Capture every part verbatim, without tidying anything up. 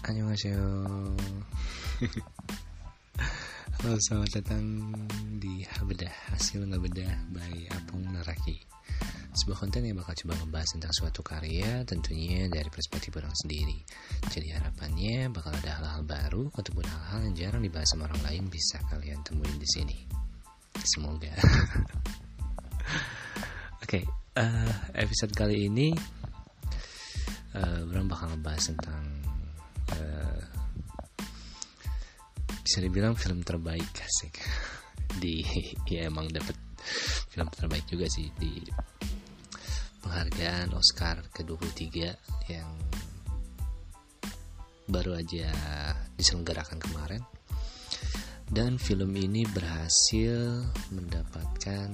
Annyeonghaseyo. Halo, selamat datang di Bedah Hasil Ngebedah by Apong Naraki. Sebuah konten yang bakal coba membahas tentang suatu karya, tentunya dari perspektif orang sendiri. Jadi harapannya bakal ada hal-hal baru ataupun hal-hal yang jarang dibahas sama orang lain bisa kalian temuin di sini. Semoga. Oke, okay, uh, episode kali ini uh, orang bakal ngebahas tentang uh, bisa dibilang film terbaik, asik. Di ya emang dapat film terbaik juga sih di penghargaan Oscar ke dua puluh tiga yang baru aja diselenggarakan kemarin. Dan film ini berhasil mendapatkan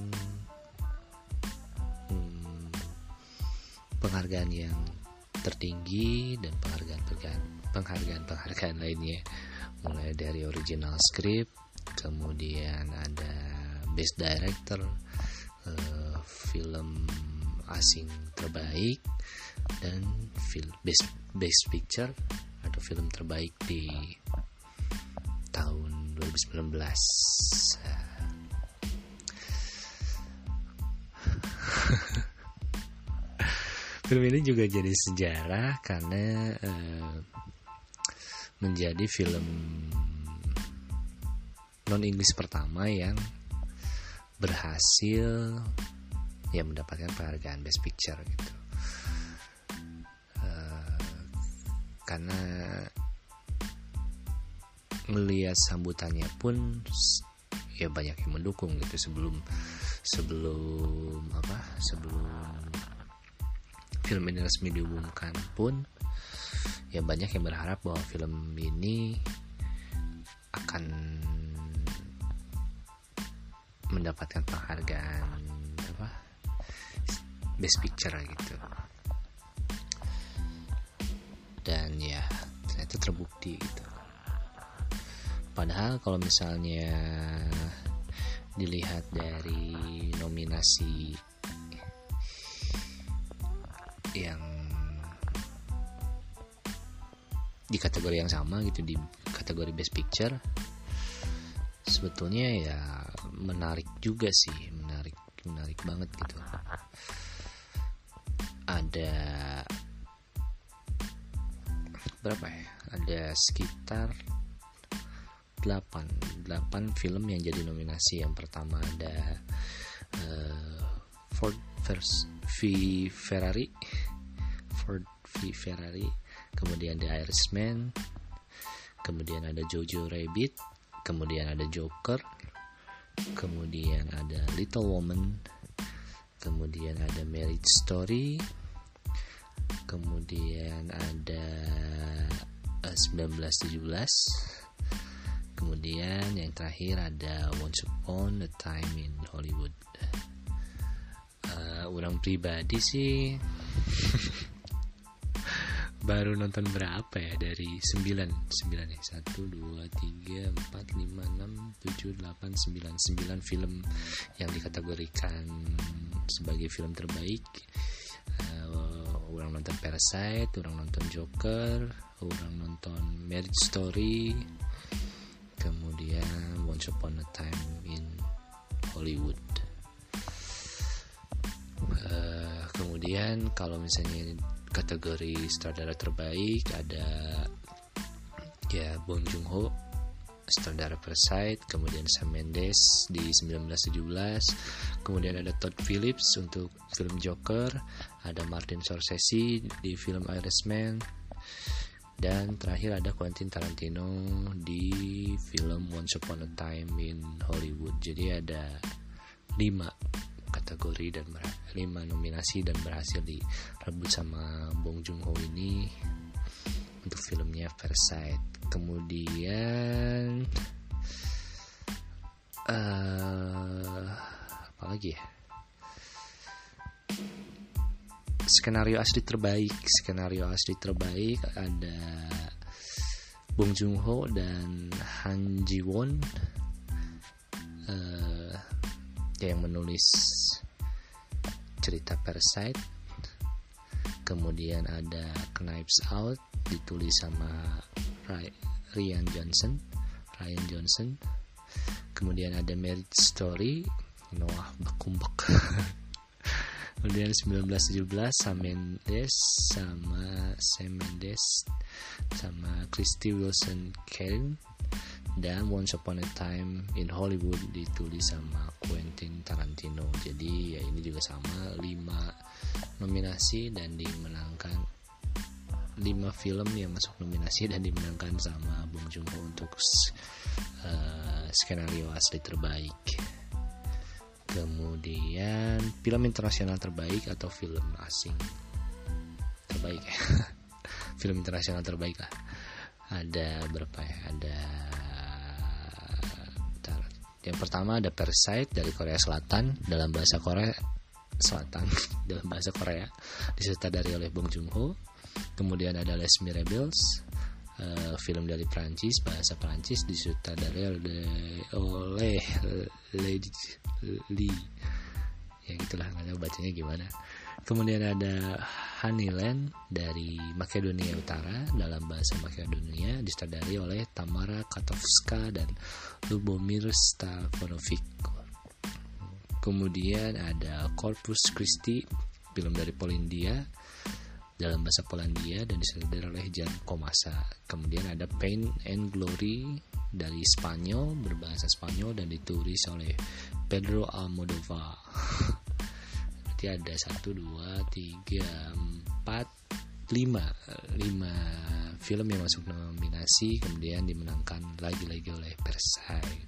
hmm, penghargaan yang tertinggi dan penghargaan-penghargaan penghargaan-penghargaan lainnya, mulai dari original script, kemudian ada best director, uh, film asing terbaik, dan film best best picture atau film terbaik di tahun dua ribu sembilan belas. Film ini juga jadi sejarah karena uh, menjadi film non-Inggris pertama yang berhasil ya mendapatkan penghargaan Best Picture gitu. Uh, karena melihat sambutannya pun ya banyak yang mendukung gitu sebelum sebelum apa sebelum film ini resmi diumumkan pun ya banyak yang berharap bahwa film ini akan mendapatkan penghargaan apa Best Picture gitu. Dan ya ternyata terbukti gitu. Padahal kalau misalnya dilihat dari nominasi yang di kategori yang sama gitu, di kategori Best Picture, sebetulnya ya menarik juga sih, menarik menarik banget gitu. Ada berapa ya? Ada sekitar delapan film yang jadi nominasi. Yang pertama ada uh, Ford versus V Ferrari, Ford v Ferrari. Kemudian The Irishman, kemudian ada Jojo Rabbit, kemudian ada Joker, kemudian ada Little Woman, kemudian ada Marriage Story, kemudian ada uh, seribu sembilan ratus tujuh belas, kemudian yang terakhir ada Once Upon a Time in Hollywood. Uh, orang pribadi sih baru nonton berapa ya dari sembilan sembilan ya satu dua tiga empat lima enam tujuh delapan sembilan sembilan film yang dikategorikan sebagai film terbaik. Uh, orang nonton Parasite, orang nonton Joker, orang nonton Marriage Story, kemudian Once Upon a Time in Hollywood. Uh, kemudian kalau misalnya kategori sutradara terbaik ada ya Bong Joon-ho, sutradara Parasite, kemudian Sam Mendes di seribu sembilan ratus tujuh belas, kemudian ada Todd Phillips untuk film Joker, ada Martin Scorsese di film Irishman, dan terakhir ada Quentin Tarantino di film Once Upon a Time in Hollywood. Jadi ada lima kategori dan lima nominasi dan berhasil direbut sama Bong Joon-ho ini untuk filmnya Parasite. Kemudian uh, apa lagi ya? Skenario asli terbaik, skenario asli terbaik ada Bong Joon-ho dan Han Ji-won uh, yang menulis cerita Parasite. Kemudian ada Knives Out ditulis sama Ryan Johnson. Ryan Johnson. Kemudian ada Marriage Story, Noah Baumbach. Kemudian sembilan belas tujuh belas Sam Mendes sama Sam Mendes sama Christy Wilson Cairn. Dan Once Upon a Time in Hollywood ditulis sama Quentin Tarantino. Jadi ya ini juga sama, lima nominasi dan dimenangkan, lima film yang masuk nominasi dan dimenangkan sama Bong Joon-ho untuk uh, skenario asli terbaik. Kemudian film internasional terbaik atau film asing terbaik ya. Film internasional terbaik lah. Ada berapa ya? Ada bentar. Yang pertama ada Parasite dari Korea Selatan dalam bahasa Korea Selatan dalam bahasa Korea, disutradari oleh Bong Joon-ho. Kemudian ada Les Miserables, uh, film dari Prancis, bahasa Prancis, disutradari oleh oleh Lady Lee. Ya gitulah, nggak tahu bacanya gimana. Kemudian ada Honeyland dari Makedonia Utara dalam bahasa Makedonia, disutradari oleh Tamara Katovska dan Lubomir Stefanovic. Kemudian ada Corpus Christi, film dari Polandia dalam bahasa Polandia dan disutradari oleh Jan Komasa. Kemudian ada Pain and Glory dari Spanyol, berbahasa Spanyol dan ditulis oleh Pedro Almodovar. Berarti ada satu, dua, tiga, empat, lima, lima film yang masuk nominasi, kemudian dimenangkan lagi-lagi oleh Parasite.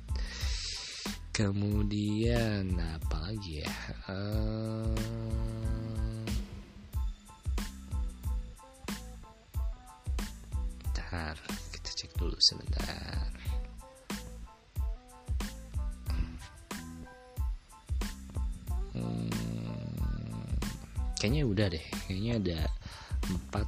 Kemudian apa lagi ya? Uh, bentar, kita cek dulu sebentar. Hmm, kayaknya udah deh. Kayaknya ada empat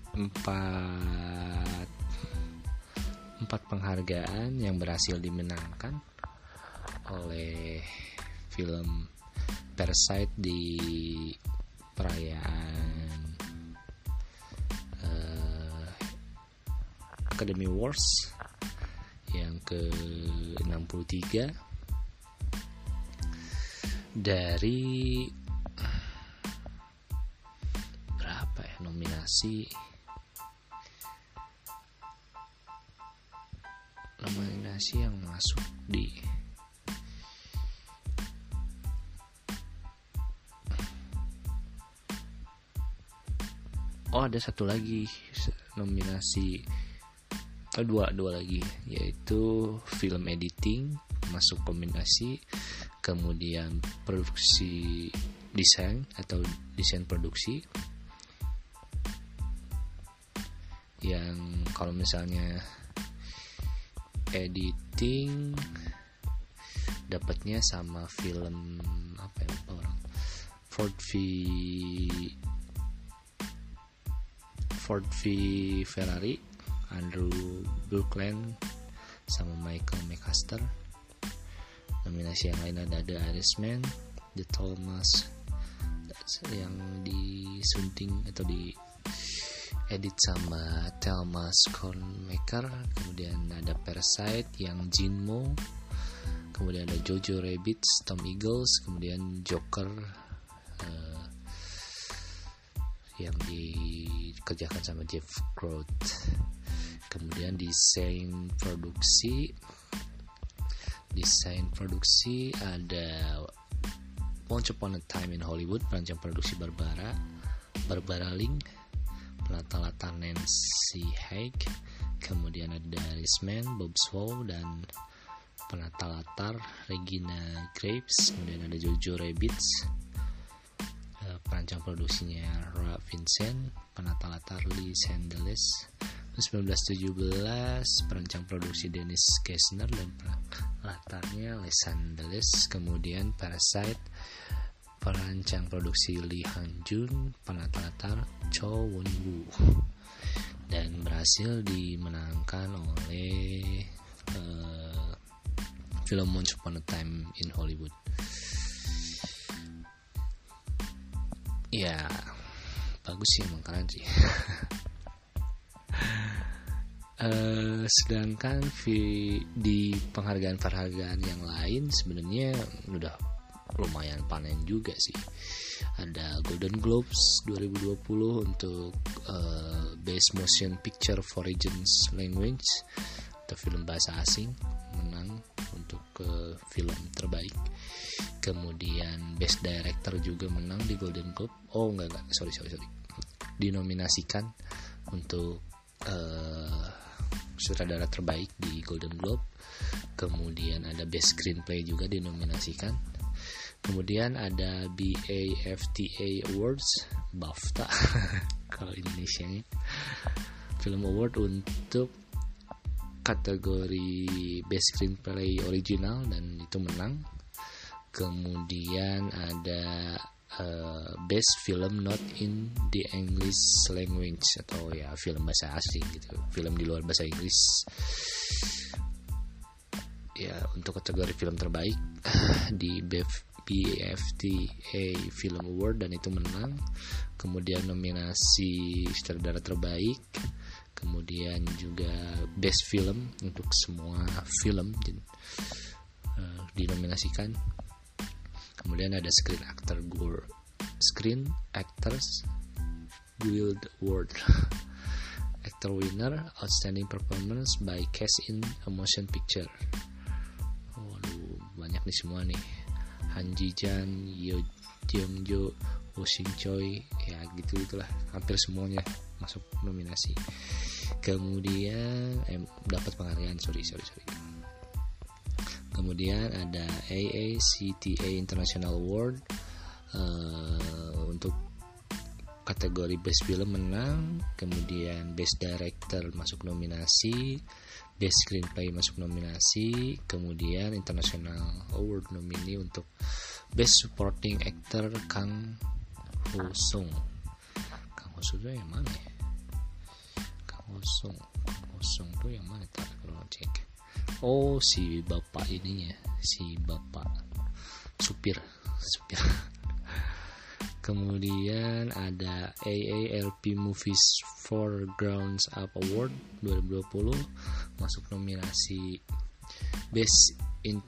empat empat penghargaan yang berhasil dimenangkan oleh film Parasite di perayaan uh, Academy Awards yang ke enam puluh tiga dari berapa ya nominasi nominasi yang masuk di Oh ada satu lagi nominasi, oh, dua dua lagi, yaitu film editing masuk nominasi, kemudian produksi desain atau desain produksi, yang kalau misalnya editing dapatnya sama film apa ya orang Ford v Ford v Ferrari, Andrew Buckland sama Michael McAllister. Nominasi yang lain ada The Irishman, The Thomas yang disunting atau di edit sama Thelma Schoonmaker, kemudian ada Parasite yang Jinmo, kemudian ada Jojo Rabbit, Tom Eagles, kemudian Joker uh, yang dikerjakan sama Jeff Groth. Kemudian desain produksi desain produksi ada Once Upon a Time in Hollywood, perancang produksi Barbara Barbara Ling, penata latar Nancy Haig, kemudian ada Irishman Bob Swow dan penata latar Regina Graves, kemudian ada Jojo Rabbit, perancang produksinya Ra Vincent, penata latar Lee Sandeles. sembilan belas tujuh belas perancang produksi Dennis Kessner dan latarnya Les Angeles. Kemudian Parasite, perancang produksi Lee Han Jun, penata latar Cho Won Woo, dan berhasil dimenangkan oleh uh, film Once Upon a Time in Hollywood. Ya bagus sih, emang keren sih. Uh, sedangkan vi, di penghargaan-penghargaan yang lain sebenarnya udah lumayan panen juga sih. Ada Golden Globes dua ribu dua puluh untuk uh, Best Motion Picture Foreign Language atau film bahasa asing, menang untuk uh, film terbaik. Kemudian Best Director juga menang di Golden Globe. Oh enggak enggak, sorry sorry sorry. Dinominasikan untuk uh, sutradara terbaik di Golden Globe. Kemudian ada Best Screenplay juga dinominasikan. Kemudian ada B A F T A Awards, BAFTA kalau Indonesianya, Film Award untuk kategori Best Screenplay Original dan itu menang. Kemudian ada Uh, Best Film Not in the English Language atau ya film bahasa asing gitu, film di luar bahasa Inggris. Ya untuk kategori film terbaik di B A F T A Film Award dan itu menang. Kemudian nominasi sutradara terbaik, kemudian juga Best Film untuk semua film uh, dinominasikan. Kemudian ada Screen Actor Guild, Screen Actors Guild Award, Actor Winner, Outstanding Performance by Cast in a Motion Picture. Waduh, banyak nih semua nih. Han Ji Jan, Yo Jeong Jo, Oh Shin Choi, ya gitu itulah, hampir semuanya masuk nominasi. Kemudian eh, dapat penghargaan, sorry sorry sorry. Kemudian ada A A C T A International Award uh, untuk kategori Best Film menang. Kemudian Best Director masuk nominasi, Best Screenplay masuk nominasi. Kemudian International Award nomini untuk Best Supporting Actor Kang Ho Sung. Kang Ho Sung itu yang mana ya? Kang Ho Sung, Kang Ho Sung itu yang mana? Tar kalau cek. Oh, si bapak ininya, si bapak supir, supir. Kemudian ada A A L P Movies Foregrounds Up Award dua ribu dua puluh masuk nominasi Best in,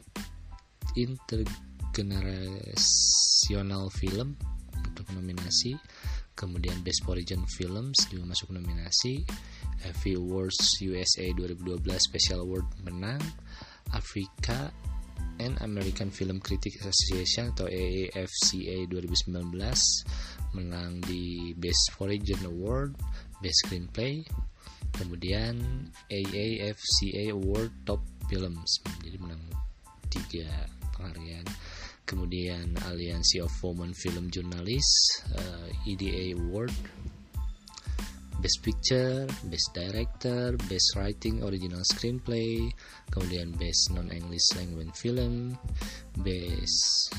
Intergenerational Film untuk nominasi. Kemudian Best Foreign Films juga masuk nominasi. F I Awards U S A dua ribu dua belas Special Award menang. Africa and American Film Critics Association atau A A F C A dua ribu sembilan belas menang di Best Foreign Award, Best Screenplay. Kemudian A A F C A Award Top Films, jadi menang tiga penghargaan. Kemudian Alliance of Women Film Journalists uh, E D A Award, Best Picture, Best Director, Best Writing Original Screenplay, kemudian Best Non-English Language Film, Best,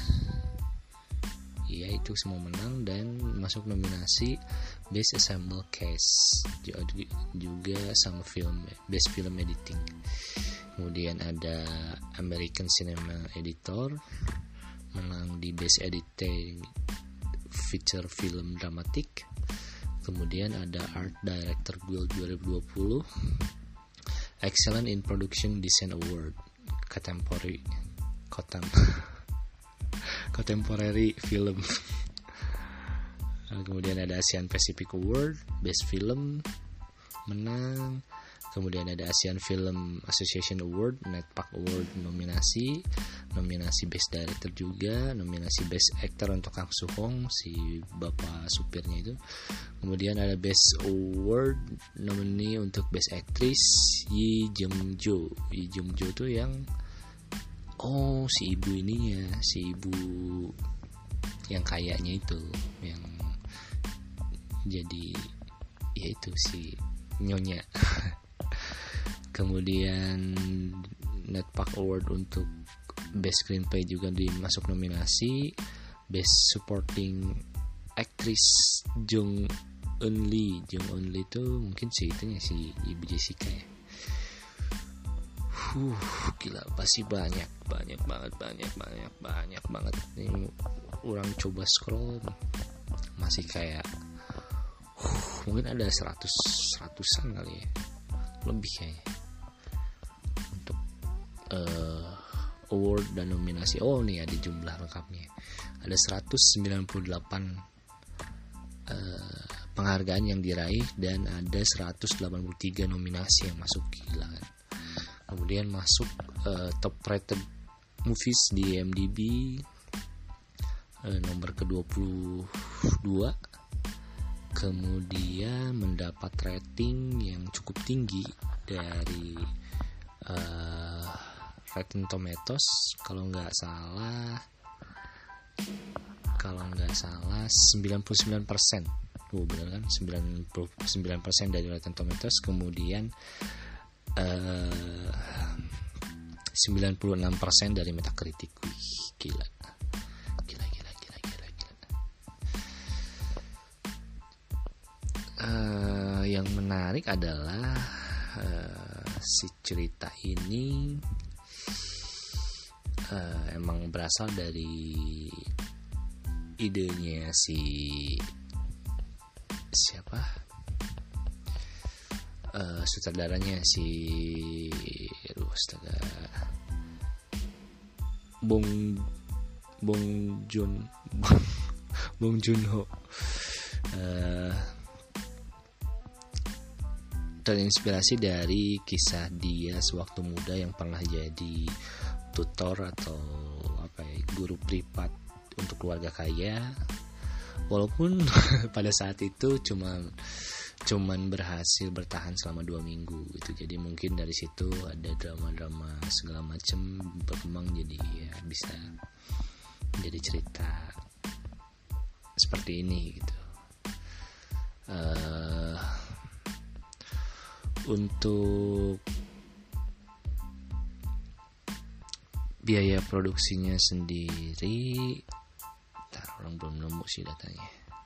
ya itu semua menang dan masuk nominasi Best Ensemble Cast juga sama film Best Film Editing. Kemudian ada American Cinema Editor menang di Best Editing Feature Film Dramatic. Kemudian ada Art Director Guild dua ribu dua puluh, Excellent in Production Design Award, Contemporary Contem, Contemporary Film. Kemudian ada Asian Pacific Award, Best Film menang. Kemudian ada Asian Film Association Award, Netpac Award nominasi, nominasi Best Director juga, nominasi Best Actor untuk Kang Soo Hong, si bapak supirnya itu. Kemudian ada Best Award nomini untuk Best Actress Yi Jeong Jo. Yi Jeong Jo tuh yang oh si ibu ininya, si ibu yang kayaknya itu, yang jadi ya itu si nyonya. Kemudian Netpac Award untuk Best Screenplay juga dimasuk nominasi. Best Supporting Actress Jung Eun Lee. Jung Eun Lee itu mungkin sih itunya si Ibu Jessica ya. Huh, gila pasti banyak banyak banget banyak banyak banyak banget. Ini orang coba scroll masih kayak huh, mungkin ada seratus seratusan kali ya. lebih kayaknya untuk uh, award dan nominasi. Oh nih ada jumlah lengkapnya, ada seratus sembilan puluh delapan uh, penghargaan yang diraih dan ada seratus delapan puluh tiga nominasi yang masuk, gila kan. Kemudian masuk uh, top rated movies di I M D B uh, nomor ke dua puluh dua, kemudian mendapat rating yang cukup tinggi dari uh, Rotten Tomatoes kalau nggak salah kalau nggak salah sembilan puluh sembilan persen. Oh benar kan, sembilan puluh sembilan persen dari Rotten Tomatoes. Kemudian uh, sembilan puluh enam persen dari Metacritic. Wih, gila. Gila gila gila gila gila. Uh, yang menarik adalah uh, si cerita ini uh, emang berasal dari idenya si siapa uh, sutradaranya si aduh astaga Bong Bong Joon Bong Joon-ho uh, terinspirasi dari kisah dia sewaktu muda yang pernah jadi tutor atau apa ya, guru privat untuk keluarga kaya. Walaupun pada saat itu cuma cuman berhasil bertahan selama dua minggu gitu. Jadi mungkin dari situ ada drama-drama segala macam berkembang jadi ya bisa jadi cerita seperti ini gitu. Uh, untuk biaya produksinya sendiri, orang belum nemu sih datanya.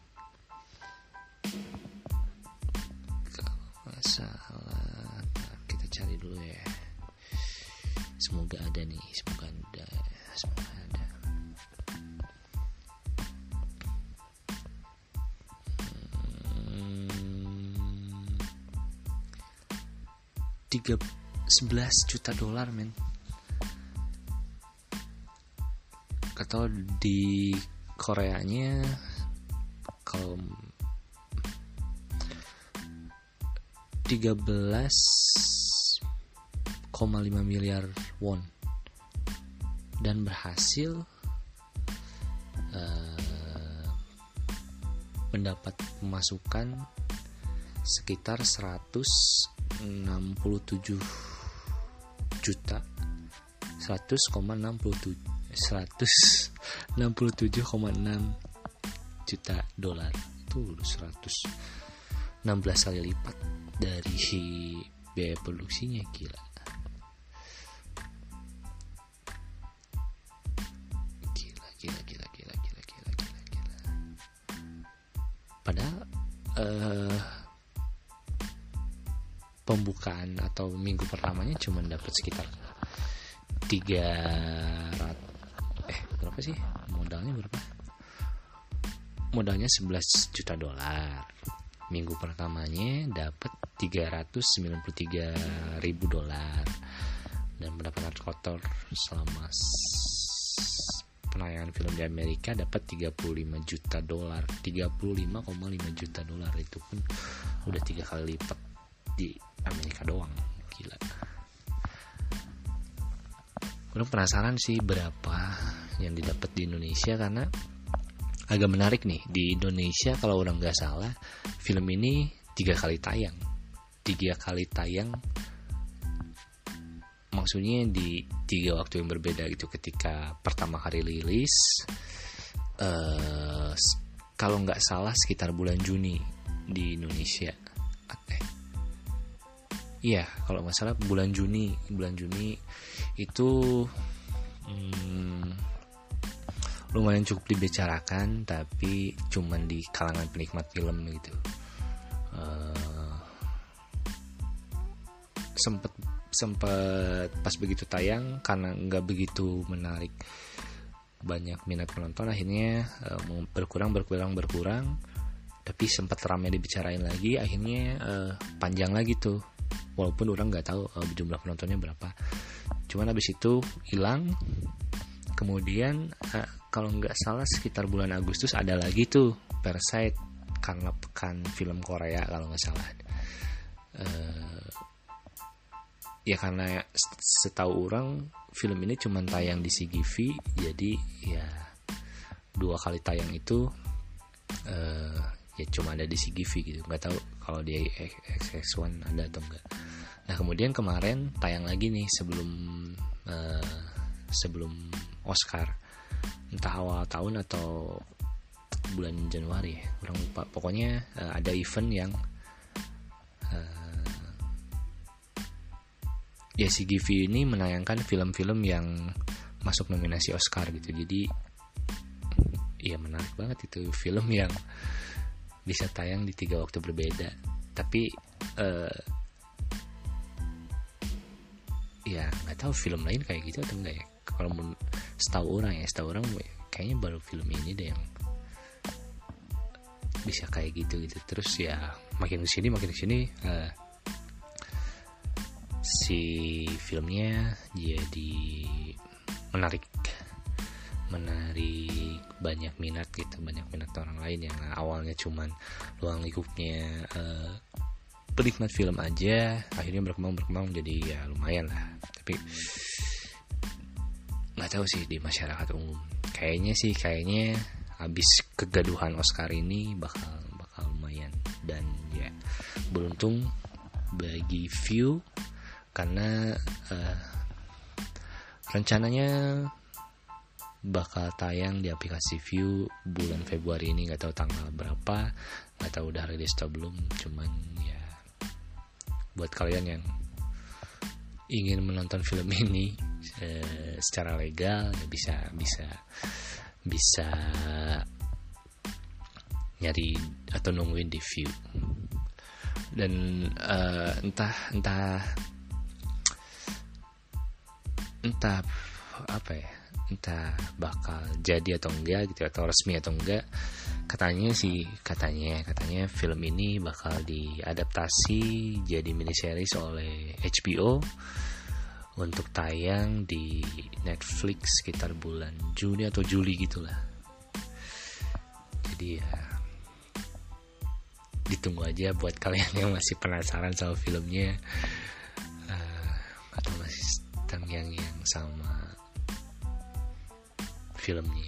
Kalau nggak salah, kita cari dulu ya. Semoga ada nih, semoga ada, semoga ada. Hmm, tiga sebelas juta dolar men. Atau di Koreanya kalau tiga belas koma lima miliar won dan berhasil uh, mendapat pemasukan sekitar seratus enam puluh tujuh juta seratus koma enam puluh tujuh seratus enam puluh tujuh koma enam juta dolar. Itu seratus enam belas kali lipat dari biaya produksinya, gila. Gila gila gila gila gila gila gila gila. Padahal uh, pembukaan atau minggu pertamanya cuma dapat sekitar tiga ratus berapa sih modalnya berapa? Modalnya sebelas juta dolar. Minggu pertamanya dapat tiga ratus sembilan puluh tiga ribu dolar dan pendapatan kotor selama penayangan film di Amerika dapat tiga puluh lima juta dolar. tiga puluh lima koma lima juta dolar, itu pun udah tiga kali lipat di Amerika doang. Gila. Gue penasaran sih berapa yang didapat di Indonesia, karena agak menarik nih. Di Indonesia kalau orang nggak salah film ini tiga kali tayang tiga kali tayang maksudnya di tiga waktu yang berbeda gitu. Ketika pertama kali rilis uh, kalau nggak salah sekitar bulan Juni di Indonesia. Eh, iya kalau nggak salah bulan Juni bulan Juni itu hmm, lumayan cukup dibicarakan, tapi cuman di kalangan penikmat film gitu. Uh, sempet sempet pas begitu tayang karena nggak begitu menarik banyak minat penonton, akhirnya uh, berkurang berkurang berkurang tapi sempat ramai dibicarain lagi, akhirnya uh, panjang lagi tuh, walaupun orang nggak tahu uh, jumlah penontonnya berapa. Cuman habis itu hilang. Kemudian uh, kalau nggak salah sekitar bulan Agustus ada lagi tuh Parasite, karena pekan film Korea kalau nggak salah. Uh, ya karena setahu orang film ini cuma tayang di C G V, jadi ya dua kali tayang itu uh, ya cuma ada di C G V gitu, nggak tahu kalau di X X one ada atau enggak. Nah kemudian kemarin tayang lagi nih sebelum uh, sebelum Oscar, entah awal tahun atau bulan Januari ya, kurang lupa. Pokoknya uh, ada event yang uh, ya C G V ini menayangkan film-film yang masuk nominasi Oscar gitu. Jadi ya menarik banget itu, film yang bisa tayang di tiga waktu berbeda. Tapi uh, ya nggak tahu film lain kayak gitu atau enggak ya. Kalau setahu orang ya, setahu orang kayaknya baru film ini deh yang bisa kayak gitu gitu. Terus ya makin kesini makin kesini uh, si filmnya jadi menarik menarik banyak minat gitu, banyak minat orang lain yang awalnya cuman ruang lingkupnya uh, penikmat film aja, akhirnya berkembang berkembang jadi ya lumayan lah. Tapi nggak tahu sih di masyarakat umum, kayaknya sih kayaknya habis kegaduhan Oscar ini bakal bakal lumayan. Dan ya beruntung bagi View karena uh, rencananya bakal tayang di aplikasi View bulan Februari ini, nggak tahu tanggal berapa, nggak tahu udah rilis atau belum. Cuman ya buat kalian yang ingin menonton film ini eh, secara legal ya bisa bisa bisa nyari atau nungguin di View. Dan uh, entah entah entah apa ya, entah bakal jadi atau enggak gitu, atau resmi atau enggak. Katanya sih katanya katanya film ini bakal diadaptasi jadi miniseries oleh H B O untuk tayang di Netflix sekitar bulan Juni atau Juli gitulah. Jadi ya ditunggu aja buat kalian yang masih penasaran sama filmnya, uh, atau masih terngiang-ngiang sama filmnya.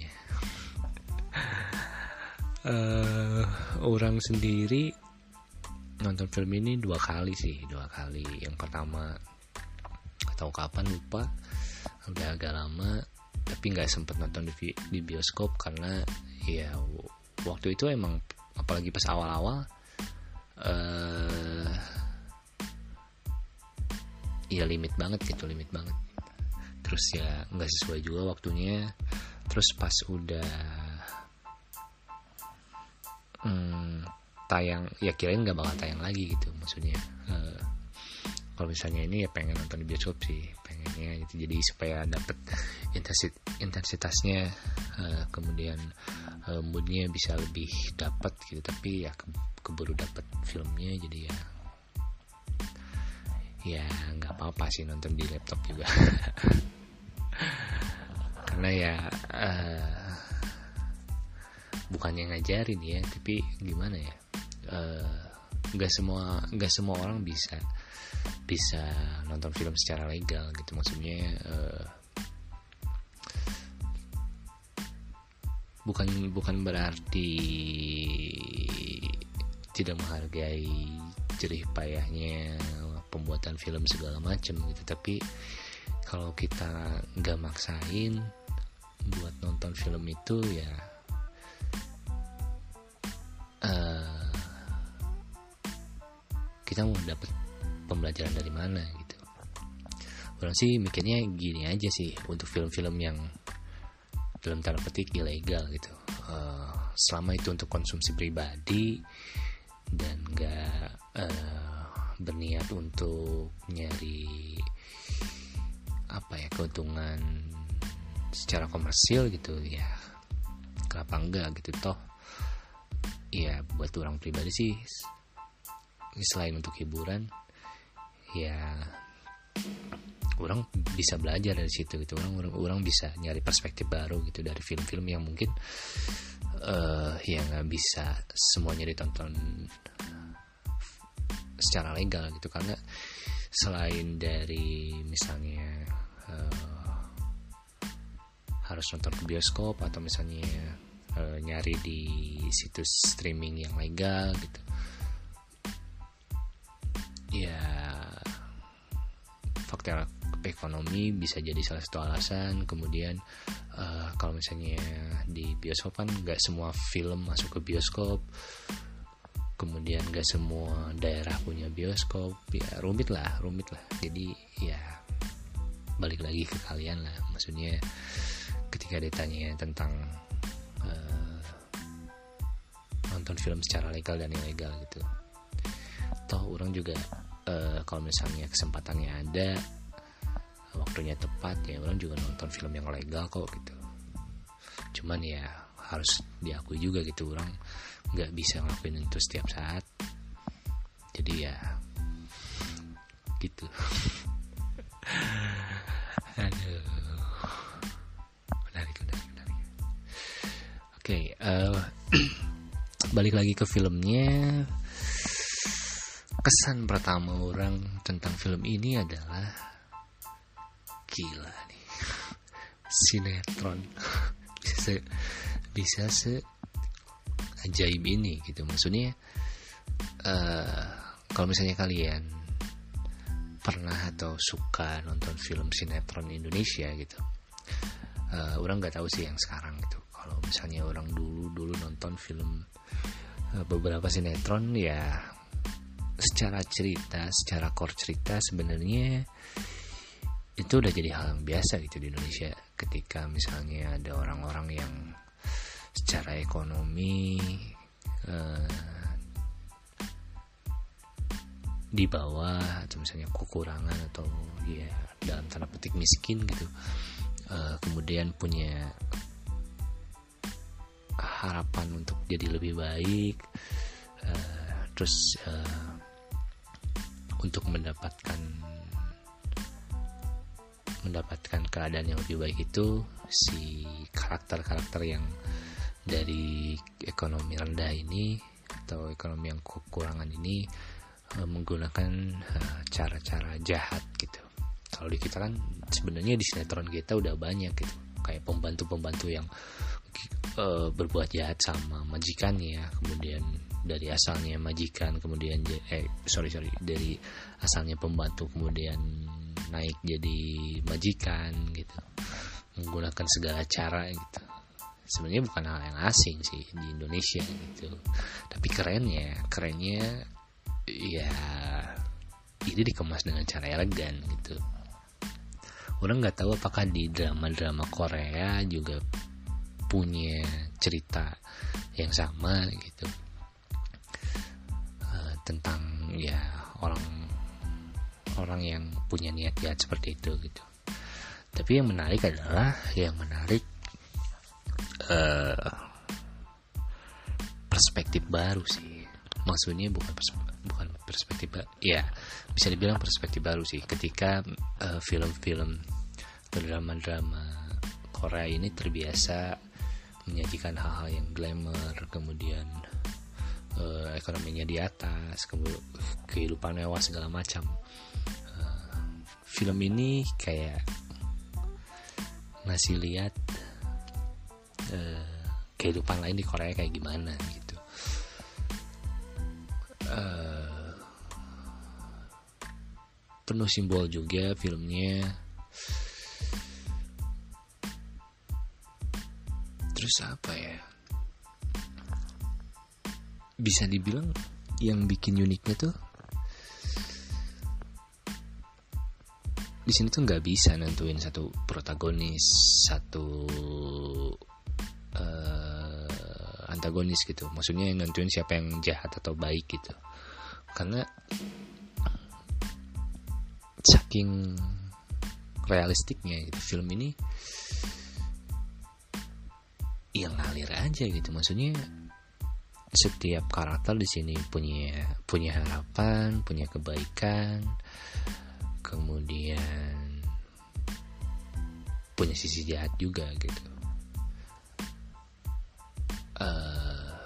uh, orang sendiri nonton film ini dua kali sih, dua kali. Yang pertama atau kapan lupa, udah agak lama, tapi nggak sempet nonton di, di bioskop karena ya waktu itu emang apalagi pas awal-awal uh, ya limit banget gitu, limit banget. Terus ya nggak sesuai juga waktunya. Terus pas udah hmm, tayang, ya kirain nggak bakal tayang lagi gitu, maksudnya. Uh, kalau misalnya ini ya pengen nonton di bioskop sih, pengennya gitu. Jadi supaya dapet intensit intensitasnya, uh, kemudian uh, moodnya bisa lebih dapat gitu. Tapi ya ke, keburu dapet filmnya, jadi ya ya nggak apa-apa sih nonton di laptop juga. Karena ya uh, bukannya ngajarin ya, tapi gimana ya, nggak uh, semua nggak semua orang bisa bisa nonton film secara legal gitu. Maksudnya uh, bukan bukan berarti tidak menghargai jerih payahnya pembuatan film segala macam gitu. Tapi kalau kita nggak maksain buat nonton film itu ya uh, kita mau dapet pembelajaran dari mana gitu. Orang sih mikirnya gini aja sih, untuk film-film yang dalam tanda petik ilegal gitu, uh, selama itu untuk konsumsi pribadi dan nggak uh, berniat untuk nyari apa ya keuntungan secara komersil gitu ya, kenapa enggak gitu. Toh ya buat orang pribadi sih selain untuk hiburan, ya orang bisa belajar dari situ gitu. Orang orang, orang bisa nyari perspektif baru gitu dari film-film yang mungkin uh, ya nggak bisa semuanya ditonton secara legal gitu, karena selain dari misalnya uh, harus nonton ke bioskop atau misalnya uh, nyari di situs streaming yang legal gitu, ya faktor ekonomi bisa jadi salah satu alasan. Kemudian uh, kalau misalnya di bioskop kan nggak semua film masuk ke bioskop, kemudian nggak semua daerah punya bioskop, ya rumit lah rumit lah jadi ya balik lagi ke kalian lah. Maksudnya ketika ditanya tentang uh, nonton film secara legal dan ilegal gitu, toh orang juga uh, kalau misalnya kesempatannya ada, waktunya tepat, ya orang juga nonton film yang legal kok gitu. Cuman ya harus diakui juga gitu, orang nggak bisa ngelakuin itu setiap saat, jadi ya gitu. Aduh, menarik menarik menarik. Oke, okay, uh, balik lagi ke filmnya. Kesan pertama orang tentang film ini adalah gila nih, sinetron bisa se, bisa se ajaib ini gitu. Maksudnya uh, kalau misalnya kalian pernah atau suka nonton film sinetron Indonesia gitu, uh, orang nggak tahu sih yang sekarang gitu. Kalau misalnya orang dulu dulu nonton film uh, beberapa sinetron, ya secara cerita, secara core cerita sebenarnya itu udah jadi hal yang biasa gitu di Indonesia. Ketika misalnya ada orang-orang yang secara ekonomi eh, di bawah, atau misalnya kekurangan, atau ya dalam tanda petik miskin gitu, eh, kemudian punya harapan untuk jadi lebih baik, eh, terus eh, untuk mendapatkan mendapatkan keadaan yang lebih baik itu, si karakter-karakter yang dari ekonomi rendah ini atau ekonomi yang kekurangan ini e, menggunakan e, cara-cara jahat gitu. Kalau di kita kan sebenarnya di sinetron kita udah banyak gitu, kayak pembantu-pembantu yang e, berbuat jahat sama majikannya, kemudian dari asalnya majikan, kemudian eh sorry sorry dari asalnya pembantu kemudian naik jadi majikan gitu, menggunakan segala cara gitu. Sebenarnya bukan hal yang asing sih di Indonesia gitu, tapi kerennya kerennya ya ini dikemas dengan cara elegan gitu. Orang nggak tahu apakah di drama-drama Korea juga punya cerita yang sama gitu, uh, tentang ya orang orang yang punya niat jahat seperti itu gitu. Tapi yang menarik adalah yang menarik uh, perspektif baru sih. Maksudnya bukan pers- bukan perspektif ba- ya bisa dibilang perspektif baru sih, ketika uh, film-film drama-drama Korea ini terbiasa menyajikan hal-hal yang glamour, kemudian uh, ekonominya di atas, kemudian kehidupan mewah segala macam. Film ini kayak ngasih lihat uh, kehidupan lain di Korea kayak gimana gitu. Uh, penuh simbol juga filmnya. Terus apa ya? Bisa dibilang yang bikin uniknya tuh, di sini tuh nggak bisa nentuin satu protagonis, satu uh, antagonis gitu. Maksudnya yang nentuin siapa yang jahat atau baik gitu. Karena saking realistiknya gitu, film ini yang ngalir aja gitu. Maksudnya setiap karakter di sini punya punya harapan, punya kebaikan, kemudian punya sisi jahat juga gitu. Uh,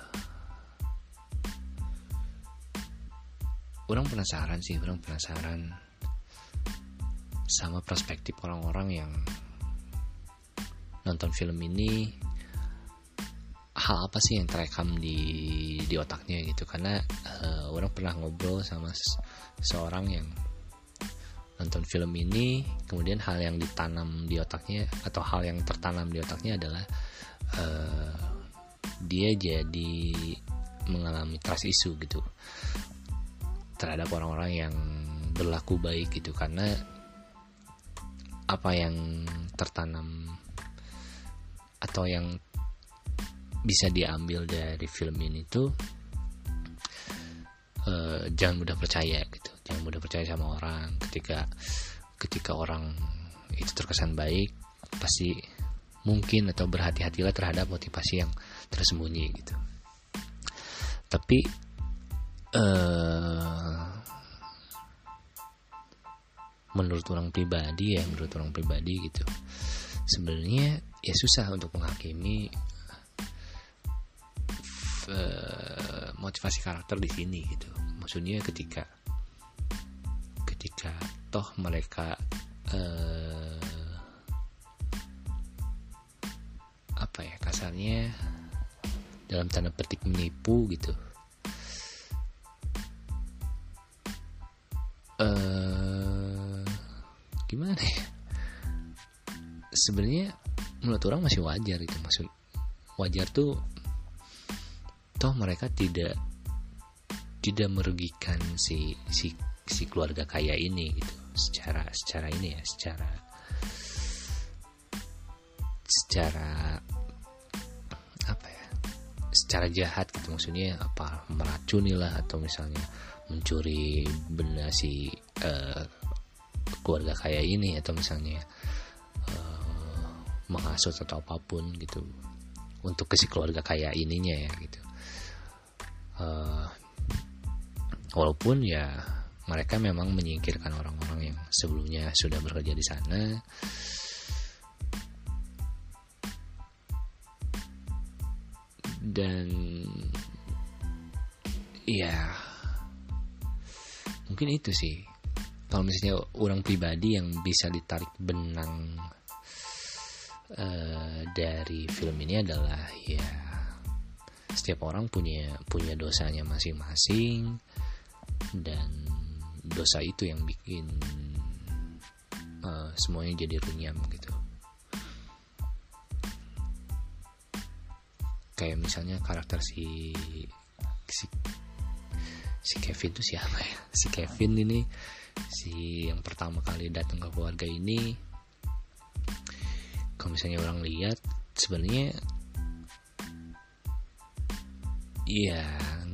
orang penasaran sih, orang penasaran sama perspektif orang-orang yang nonton film ini, hal apa sih yang terekam di di otaknya gitu. Karena uh, orang pernah ngobrol sama seseorang yang nonton film ini, kemudian hal yang ditanam di otaknya atau hal yang tertanam di otaknya adalah uh, dia jadi mengalami trust issue gitu terhadap orang-orang yang berlaku baik gitu. Karena apa yang tertanam atau yang bisa diambil dari film ini tuh uh, jangan mudah percaya gitu, jangan mudah percaya sama orang. Ketika ketika orang itu terkesan baik, pasti mungkin atau berhati-hatilah terhadap motivasi yang tersembunyi gitu. Tapi uh, menurut orang pribadi ya, menurut orang pribadi gitu, sebenarnya ya susah untuk menghakimi uh, motivasi karakter di sini gitu. Maksudnya ketika ketika toh mereka uh, apa ya kasarnya dalam tanda petik menipu gitu. Uh, gimana ya? Sebenarnya menurut orang masih wajar itu, maksud wajar tuh toh mereka tidak tidak merugikan si si si keluarga kaya ini gitu secara secara ini ya secara secara apa ya secara jahat gitu. Maksudnya apa, meracuni lah atau misalnya mencuri benda si uh, keluarga kaya ini, atau misalnya uh, menghasut atau apapun gitu untuk ke si keluarga kaya ininya ya gitu. Uh, walaupun ya mereka memang menyingkirkan orang-orang yang sebelumnya sudah bekerja di sana, dan ya mungkin itu sih kalau misalnya orang pribadi yang bisa ditarik benang uh, dari film ini adalah ya setiap orang punya punya dosanya masing-masing, dan dosa itu yang bikin uh, semuanya jadi runyam gitu. Kayak misalnya karakter si si si Kevin itu siapa ya? Si Kevin ini, si yang pertama kali datang ke keluarga ini, kalau misalnya orang lihat sebenarnya iya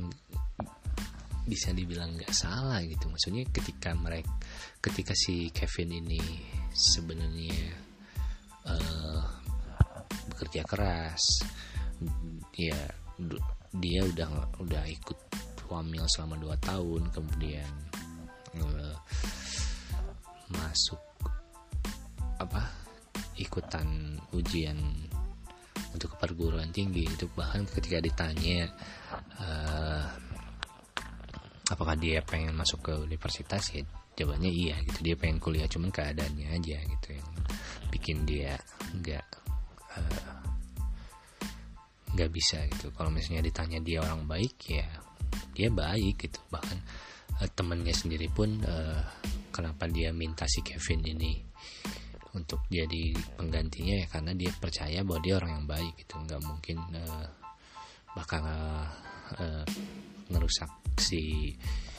bisa dibilang nggak salah gitu. Maksudnya ketika mereka ketika si Kevin ini sebenarnya uh, bekerja keras, ya dia udah udah ikut hamil selama dua tahun, kemudian uh, masuk apa ikutan ujian untuk ke perguruan tinggi itu. Bahkan ketika ditanya uh, apakah dia pengen masuk ke universitas, ya jawabannya iya gitu, dia pengen kuliah, cuman keadaannya aja gitu yang bikin dia nggak uh, nggak bisa gitu. Kalau misalnya ditanya dia orang baik, ya dia baik gitu. Bahkan uh, temannya sendiri pun uh, kenapa dia minta si Kevin ini untuk jadi penggantinya, ya karena dia percaya bahwa dia orang yang baik gitu, nggak mungkin uh, bakal uh, uh, ngerusak si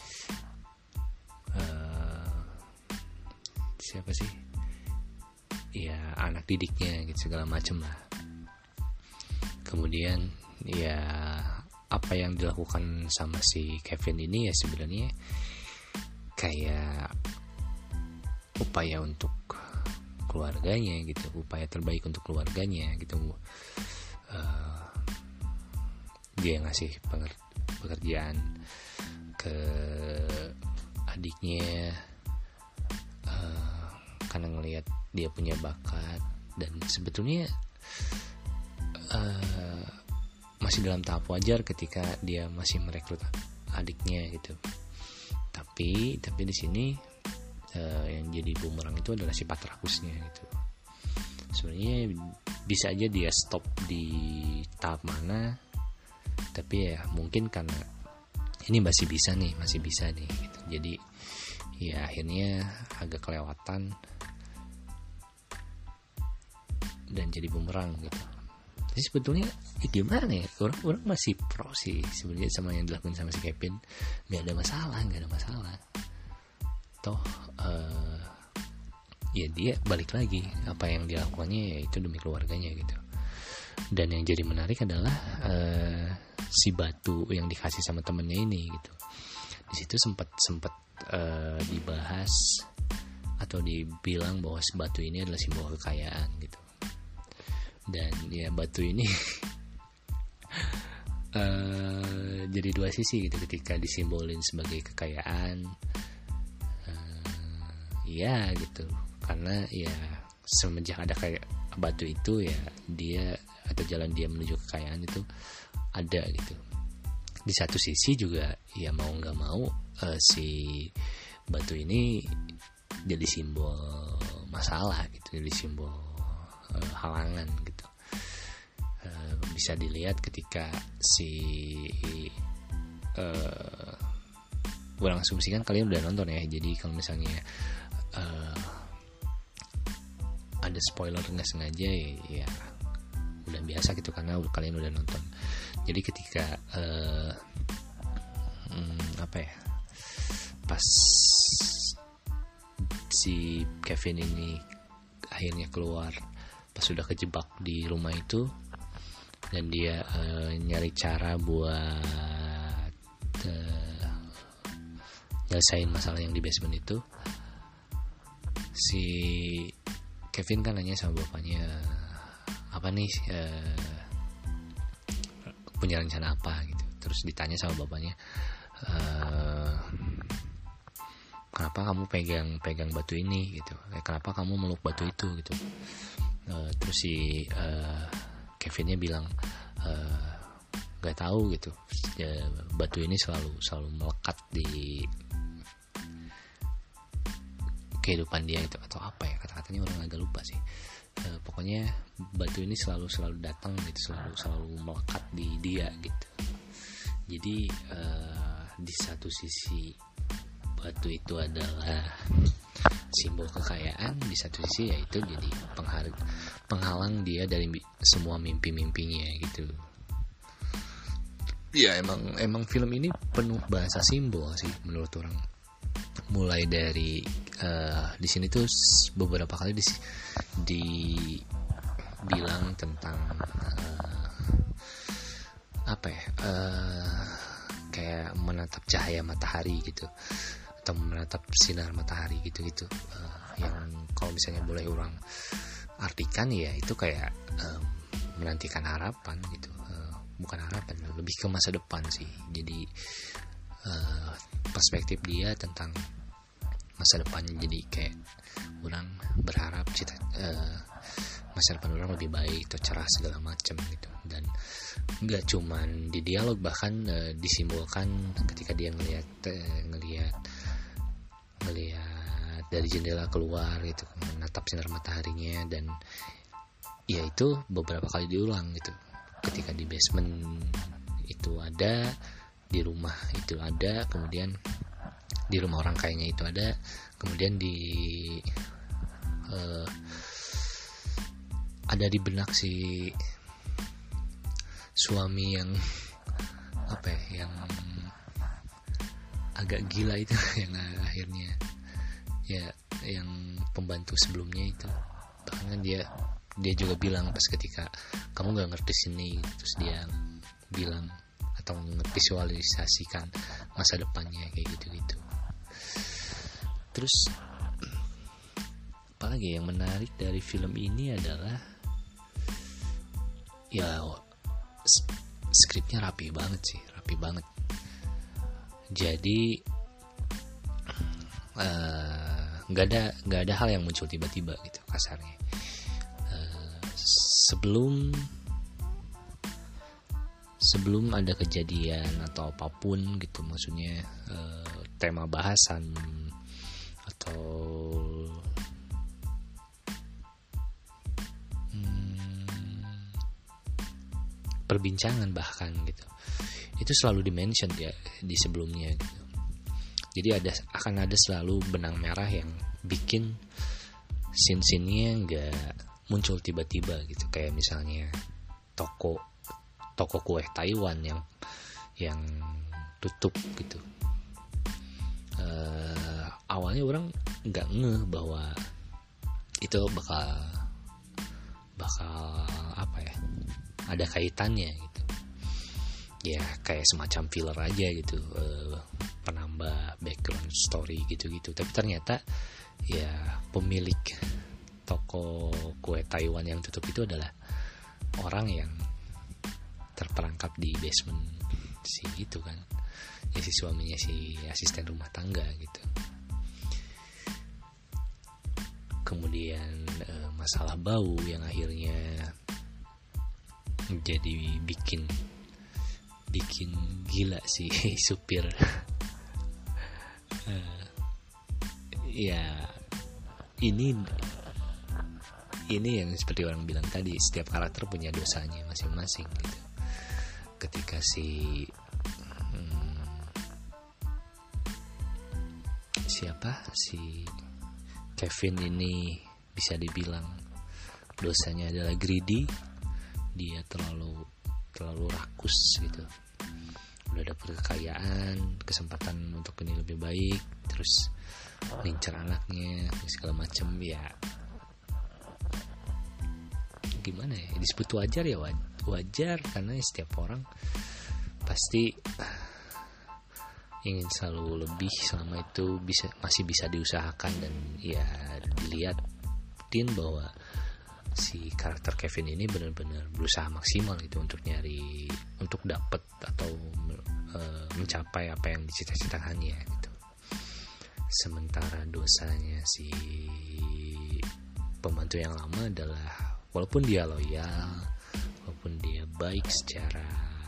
uh, siapa sih ya anak didiknya gitu segala macem lah. Kemudian ya apa yang dilakukan sama si Kevin ini ya sebenarnya kayak upaya untuk keluarganya gitu, upaya terbaik untuk keluarganya gitu. Uh, dia yang ngasih penger- pekerjaan ke adiknya uh, karena ngelihat dia punya bakat, dan sebetulnya uh, masih dalam tahap wajar ketika dia masih merekrut adiknya gitu. Tapi tapi di sini uh, yang jadi bumerang itu adalah sifat rakusnya gitu. Sebenarnya bisa aja dia stop di tahap mana, tapi ya mungkin karena ini masih bisa nih, masih bisa nih gitu. Jadi ya akhirnya agak kelewatan dan jadi bumerang gitu. Jadi sebetulnya ya gimana ya, orang-orang masih pro sih sebenarnya sama yang dilakukan sama si Kevin. Nggak ada masalah, nggak ada masalah. Toh uh, ya dia balik lagi, apa yang dilakukannya ya itu demi keluarganya gitu. Dan yang jadi menarik adalah uh, si batu yang dikasih sama temennya ini gitu. Di situ sempat sempat uh, dibahas atau dibilang bahwa si batu ini adalah simbol kekayaan gitu. Dan ya batu ini uh, jadi dua sisi gitu ketika disimbolin sebagai kekayaan. Uh, ya gitu. Karena ya semenjak ada kayak batu itu ya dia atau jalan dia menuju kekayaan itu ada gitu. Di satu sisi juga ya mau nggak mau uh, si batu ini jadi simbol masalah gitu, jadi simbol uh, halangan gitu. Uh, bisa dilihat ketika si uh, orang asumsikan kalian udah nonton ya. Jadi kalau misalnya uh, ada spoiler nggak sengaja ya, ya udah biasa gitu karena kalian udah nonton. Jadi ketika uh, hmm, apa ya, pas si Kevin ini akhirnya keluar pas sudah kejebak di rumah itu, dan dia uh, nyari cara buat uh, nyelesain masalah yang di basement itu, si Kevin kan nanya sama bapaknya, apa nih uh, punya rencana apa gitu. Terus ditanya sama bapaknya, uh, kenapa kamu pegang pegang batu ini gitu, eh, kenapa kamu meluk batu itu gitu. Uh, terus si uh, Kevinnya bilang uh, gak tahu gitu, ya, batu ini selalu selalu melekat di kehidupan dia itu, atau apa ya kata-katanya orang agak lupa sih. Uh, pokoknya batu ini selalu selalu datang gitu, selalu selalu melekat di dia gitu. Jadi uh, di satu sisi batu itu adalah simbol kekayaan, di satu sisi yaitu jadi penghar- penghalang dia dari semua mimpi-mimpinya gitu. Ya emang emang film ini penuh bahasa simbol sih menurut orang. Mulai dari uh, di sini tuh beberapa kali di dibilang tentang uh, apa ya, uh, kayak menatap cahaya matahari gitu, atau menatap sinar matahari gitu-gitu. Uh, yang kalau misalnya boleh orang artikan ya itu kayak uh, menantikan harapan gitu. Uh, bukan harapan, lebih ke masa depan sih. Jadi uh, perspektif dia tentang masa depan, jadi kayak orang berharap cita uh, masa depan orang lebih baik atau cerah segala macam gitu. Dan nggak cuman di dialog, bahkan uh, disimbolkan ketika dia ngelihat uh, ngelihat ngelihat dari jendela keluar gitu, menatap sinar mataharinya. Dan ya itu beberapa kali diulang gitu, ketika di basement itu ada, di rumah itu ada, kemudian di rumah orang kayaknya itu ada, kemudian di uh, ada di benak si suami yang apa ya, yang agak gila itu yang akhirnya ya yang pembantu sebelumnya itu. Bahkan kan dia dia juga bilang pas ketika kamu nggak ngerti sini, terus dia bilang atau visualisasikan masa depannya kayak gitu-gitu. Terus apalagi yang menarik dari film ini adalah ya skripnya rapi banget sih, rapi banget. Jadi nggak uh, ada nggak ada hal yang muncul tiba-tiba gitu kasarnya. Uh, sebelum sebelum ada kejadian atau apapun gitu, maksudnya uh, tema bahasan atau hmm, perbincangan bahkan gitu, itu selalu di-mention ya di sebelumnya gitu. Jadi ada akan ada selalu benang merah yang bikin scene-scene-nya nggak muncul tiba-tiba gitu. Kayak misalnya toko toko kue Taiwan yang yang tutup gitu. Uh, awalnya orang nggak ngeh bahwa itu bakal bakal apa ya, ada kaitannya gitu. Ya kayak semacam filler aja gitu, uh, penambah background story gitu-gitu. Tapi ternyata ya pemilik toko kue Taiwan yang tutup itu adalah orang yang terperangkap di basement si itu kan, ya si suaminya si asisten rumah tangga gitu. Kemudian uh, masalah bau yang akhirnya jadi bikin bikin gila si supir. uh, ya ini ini yang seperti orang bilang tadi, setiap karakter punya dosanya masing-masing gitu. Ketika si hmm, siapa si Kevin ini bisa dibilang dosanya adalah greedy, dia terlalu terlalu rakus gitu. Udah dapet kekayaan, kesempatan untuk ini lebih baik, terus ngincer anaknya segala macem. Ya gimana ya, disebut wajar ya wajar karena setiap orang pasti ingin selalu lebih selama itu bisa masih bisa diusahakan. Dan ya dilihatin bahwa si karakter Kevin ini benar-benar berusaha maksimal gitu untuk nyari, untuk dapet atau e, mencapai apa yang dicita-citakannya gitu. Sementara dosanya si pembantu yang lama adalah, walaupun dia loyal, walaupun dia baik secara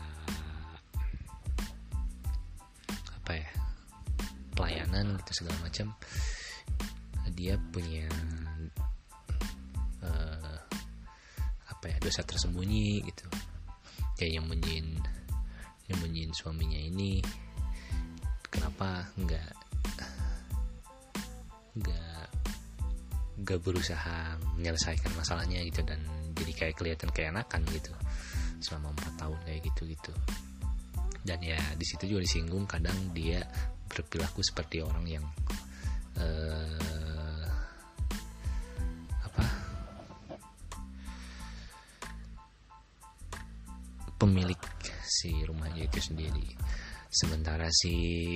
apa ya, pelayanan gitu segala macam, dia punya uh, apa ya, dosa tersembunyi gitu. Kayak nyembunyiin nyembunyiin suaminya ini, kenapa nggak nggak nggak berusaha menyelesaikan masalahnya gitu, dan jadi kayak kelihatan keenakan gitu selama empat tahun kayak gitu-gitu. Dan ya di situ juga disinggung kadang dia berperilaku seperti orang yang uh, apa pemilik si rumahnya itu sendiri. Sementara si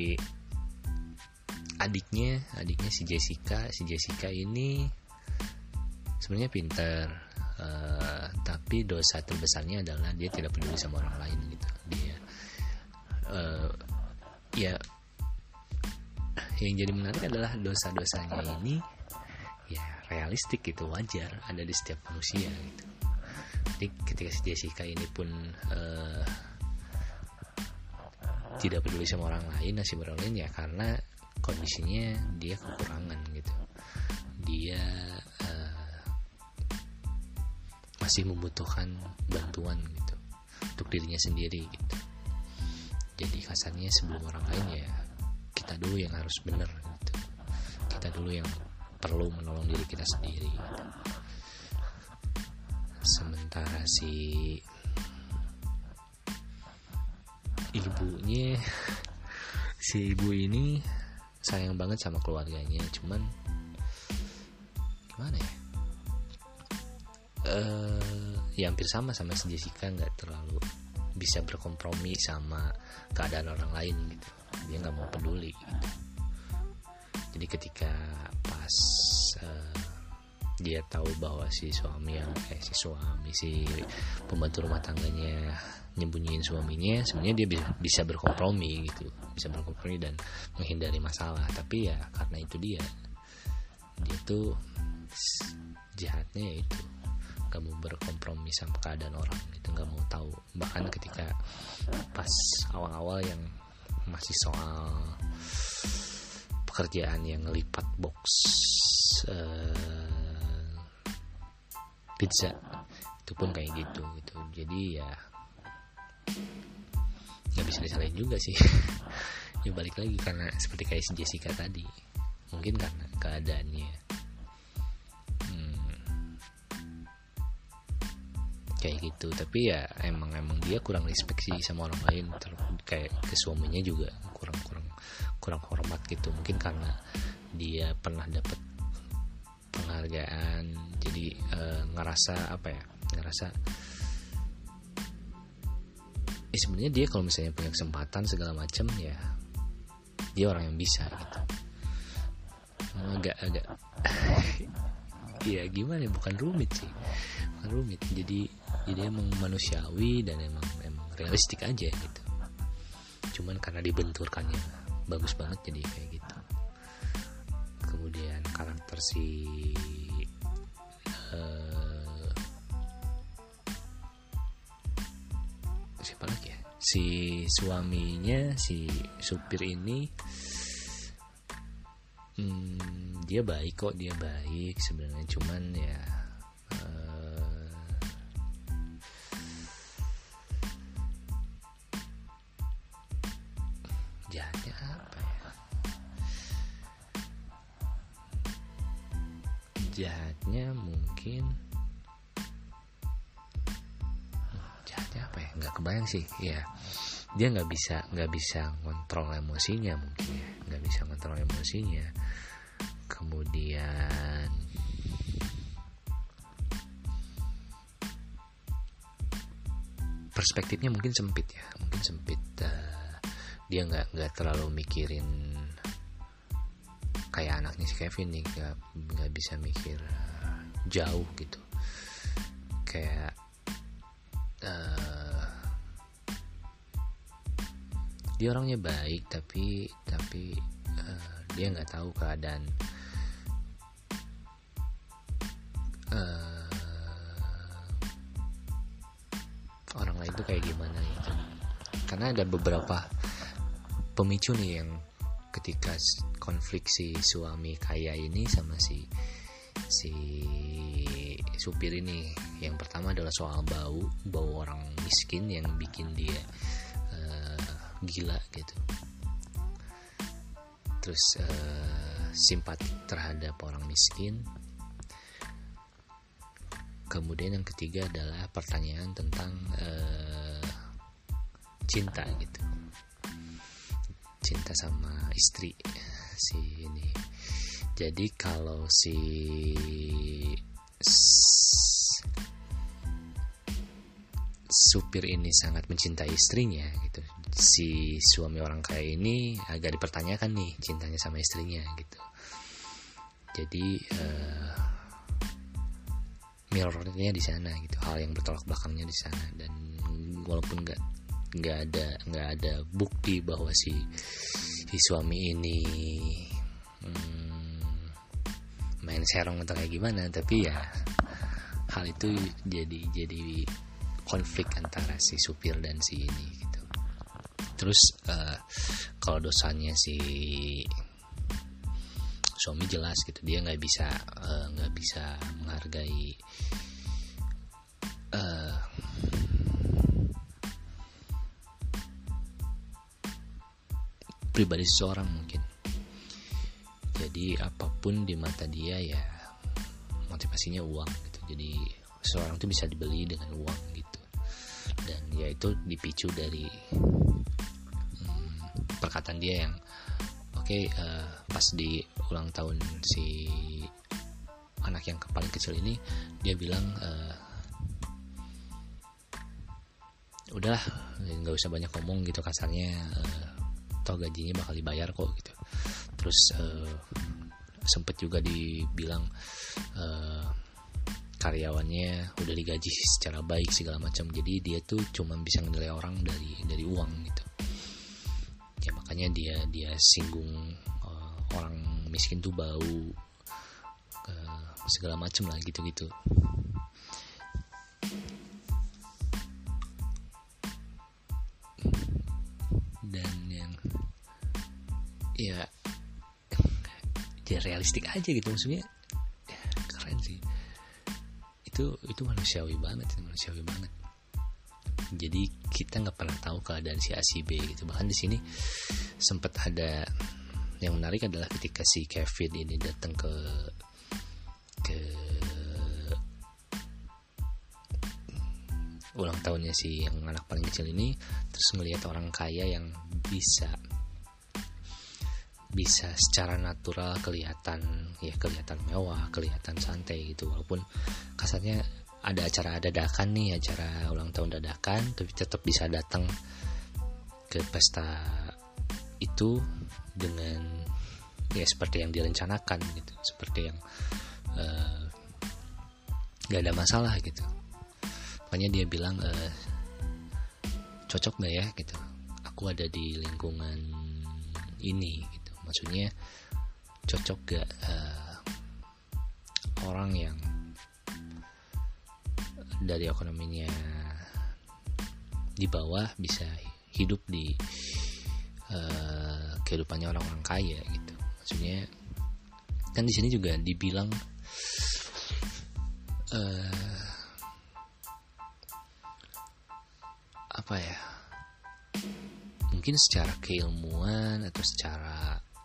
adiknya adiknya si Jessica si Jessica ini sebenarnya pintar, uh, tapi dosa terbesarnya adalah dia tidak peduli sama orang lain gitu. Dia uh, ya yang jadi menarik adalah dosa-dosanya ini ya realistik gitu, wajar, ada di setiap manusia gitu. Jadi ketika si Jessica ini pun uh, tidak peduli sama orang lain, nasib orang lain, ya karena kondisinya dia kekurangan gitu. Dia uh, masih membutuhkan bantuan gitu untuk dirinya sendiri gitu. Jadi kasarnya sebelum orang lain ya kita dulu yang harus benar gitu. Kita dulu yang perlu menolong diri kita sendiri gitu. Sementara si ibunya si ibu ini sayang banget sama keluarganya, cuman gimana ya, uh, ya hampir sama sama si Jessica, nggak terlalu bisa berkompromi sama keadaan orang lain gitu. Dia nggak mau peduli gitu. Jadi ketika pas uh, dia tahu bahwa si suami yang eh si suami si pembantu rumah tangganya nyembunyiin suaminya, sebenarnya dia bisa berkompromi gitu, bisa berkompromi dan menghindari masalah. Tapi ya karena itu dia dia tuh jahatnya ya itu, gak mau berkompromi sama keadaan orang gitu, gak mau tahu. Bahkan ketika pas awal-awal yang masih soal pekerjaan yang ngelipat box uh, pizza, itu pun kayak gitu gitu. Jadi ya nggak bisa disalahin juga sih. Ya balik lagi karena seperti kayak si Jessica tadi, mungkin karena keadaannya hmm, kayak gitu. Tapi ya emang emang dia kurang respect sih sama orang lain, kayak ke suaminya juga kurang kurang kurang hormat gitu. Mungkin karena dia pernah dapat penghargaan, jadi e, ngerasa apa ya ngerasa eh, sebenarnya dia kalau misalnya punya kesempatan segala macam ya dia orang yang bisa gitu. Agak agak ya gimana ya, bukan rumit sih, bukan rumit. Jadi jadi emang manusiawi dan emang emang realistik aja gitu. Cuman karena dibenturkannya bagus banget jadi kayak gitu. Kemudian karakter si uh, siapa lagi ya, si suaminya si supir ini, hmm, dia baik kok, dia baik sebenarnya. Cuman ya uh, jahatnya apa ya, jahatnya mungkin jahatnya apa ya, nggak kebayang sih ya. Dia nggak bisa nggak bisa ngontrol emosinya, mungkin ya nggak bisa ngontrol emosinya. Kemudian perspektifnya mungkin sempit ya, mungkin sempit. Uh, dia nggak nggak terlalu mikirin kayak anaknya si Kevin nih, nggak nggak bisa mikir uh, jauh gitu. Kayak uh, dia orangnya baik tapi tapi uh, dia nggak tahu keadaan uh, orang lain tuh kayak gimana gitu. Karena ada beberapa pemicu nih yang ketika konflik si suami kaya ini sama si si supir ini. Yang pertama adalah soal bau bau orang miskin yang bikin dia uh, gila gitu. Terus uh, simpati terhadap orang miskin. Kemudian yang ketiga adalah pertanyaan tentang uh, cinta gitu, cinta sama istri si ini. Jadi kalau si supir ini sangat mencintai istrinya gitu, si suami orang kaya ini agak dipertanyakan nih cintanya sama istrinya gitu. Jadi uh, mirrornya di sana gitu, hal yang bertolak belakangnya di sana. Dan walaupun nggak nggak ada nggak ada bukti bahwa si si suami ini hmm, main serong atau kayak gimana, tapi ya hal itu jadi jadi konflik antara si supir dan si ini gitu. Terus uh, kalau dosanya si suami jelas gitu, dia nggak bisa nggak uh, bisa menghargai uh, pribadi seseorang mungkin. Jadi apapun di mata dia ya motivasinya uang gitu. Jadi seseorang itu bisa dibeli dengan uang gitu. Dan ya itu dipicu dari hmm, perkataan dia yang oke okay, uh, pas di ulang tahun si anak yang paling kecil ini, dia bilang uh, udahlah nggak usah banyak ngomong gitu kasarnya, uh, toh gajinya bakal dibayar kok gitu. Terus uh, sempet juga dibilang uh, karyawannya udah digaji secara baik segala macam, jadi dia tuh cuma bisa menilai orang dari dari uang gitu ya. Makanya dia dia singgung uh, orang miskin tuh bau uh, segala macam lah gitu-gitu. Dan yang ya dia realistik aja gitu, maksudnya ya, keren sih. Itu itu manusiawi banget, manusiawi banget. Jadi kita nggak pernah tahu keadaan si A si B gitu. Bahkan di sini sempat ada yang menarik adalah ketika si Kevin ini datang ke ke ulang tahunnya si yang anak paling kecil ini, terus melihat orang kaya yang bisa bisa secara natural kelihatan ya kelihatan mewah, kelihatan santai gitu, walaupun kasarnya ada acara dadakan nih, acara ulang tahun dadakan, tapi tetap bisa datang ke pesta itu dengan ya seperti yang direncanakan gitu, seperti yang uh, gak ada masalah gitu. Makanya dia bilang uh, cocok gak ya gitu, aku ada di lingkungan ini gitu. Maksudnya cocok gak uh, orang yang dari ekonominya di bawah bisa hidup di uh, kehidupannya orang-orang kaya gitu. Maksudnya kan di sini juga dibilang uh, apa ya, mungkin secara keilmuan atau secara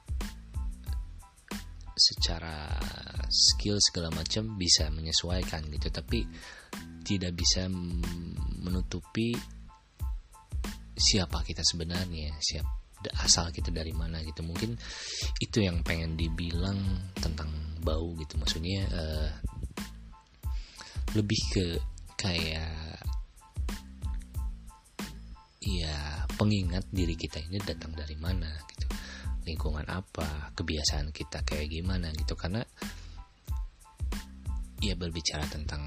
secara skill segala macam bisa menyesuaikan gitu, tapi tidak bisa menutupi siapa kita sebenarnya, siapa asal kita dari mana gitu. Mungkin itu yang pengen dibilang tentang bau gitu. Maksudnya uh, lebih ke kayak ya pengingat diri kita ini datang dari mana gitu, lingkungan apa, kebiasaan kita kayak gimana gitu. Karena ya berbicara tentang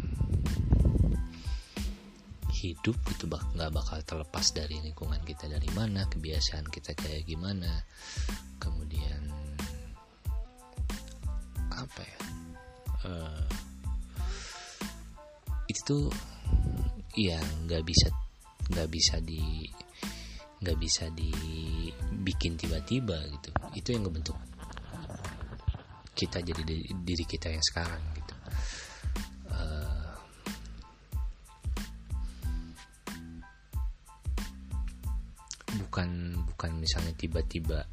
hidup gitu bak nggak bakal terlepas dari lingkungan kita dari mana, kebiasaan kita kayak gimana, kemudian apa ya uh, itu tuh ya nggak bisa nggak bisa di nggak bisa dibikin tiba-tiba gitu. Itu yang ngebentuk kita jadi diri kita yang sekarang gitu. Uh, bukan bukan misalnya tiba-tiba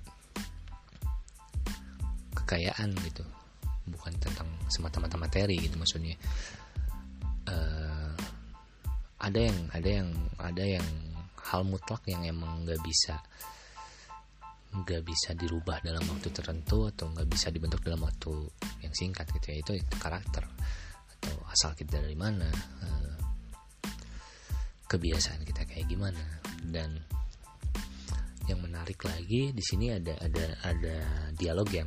kekayaan gitu, bukan tentang semata-mata materi gitu. Maksudnya uh, ada yang ada yang ada yang hal mutlak yang emang nggak bisa nggak bisa dirubah dalam waktu tertentu atau nggak bisa dibentuk dalam waktu yang singkat gitu ya. Itu, itu karakter atau asal kita dari mana, uh, kebiasaan kita kayak gimana. Dan yang menarik lagi di sini ada ada ada dialog yang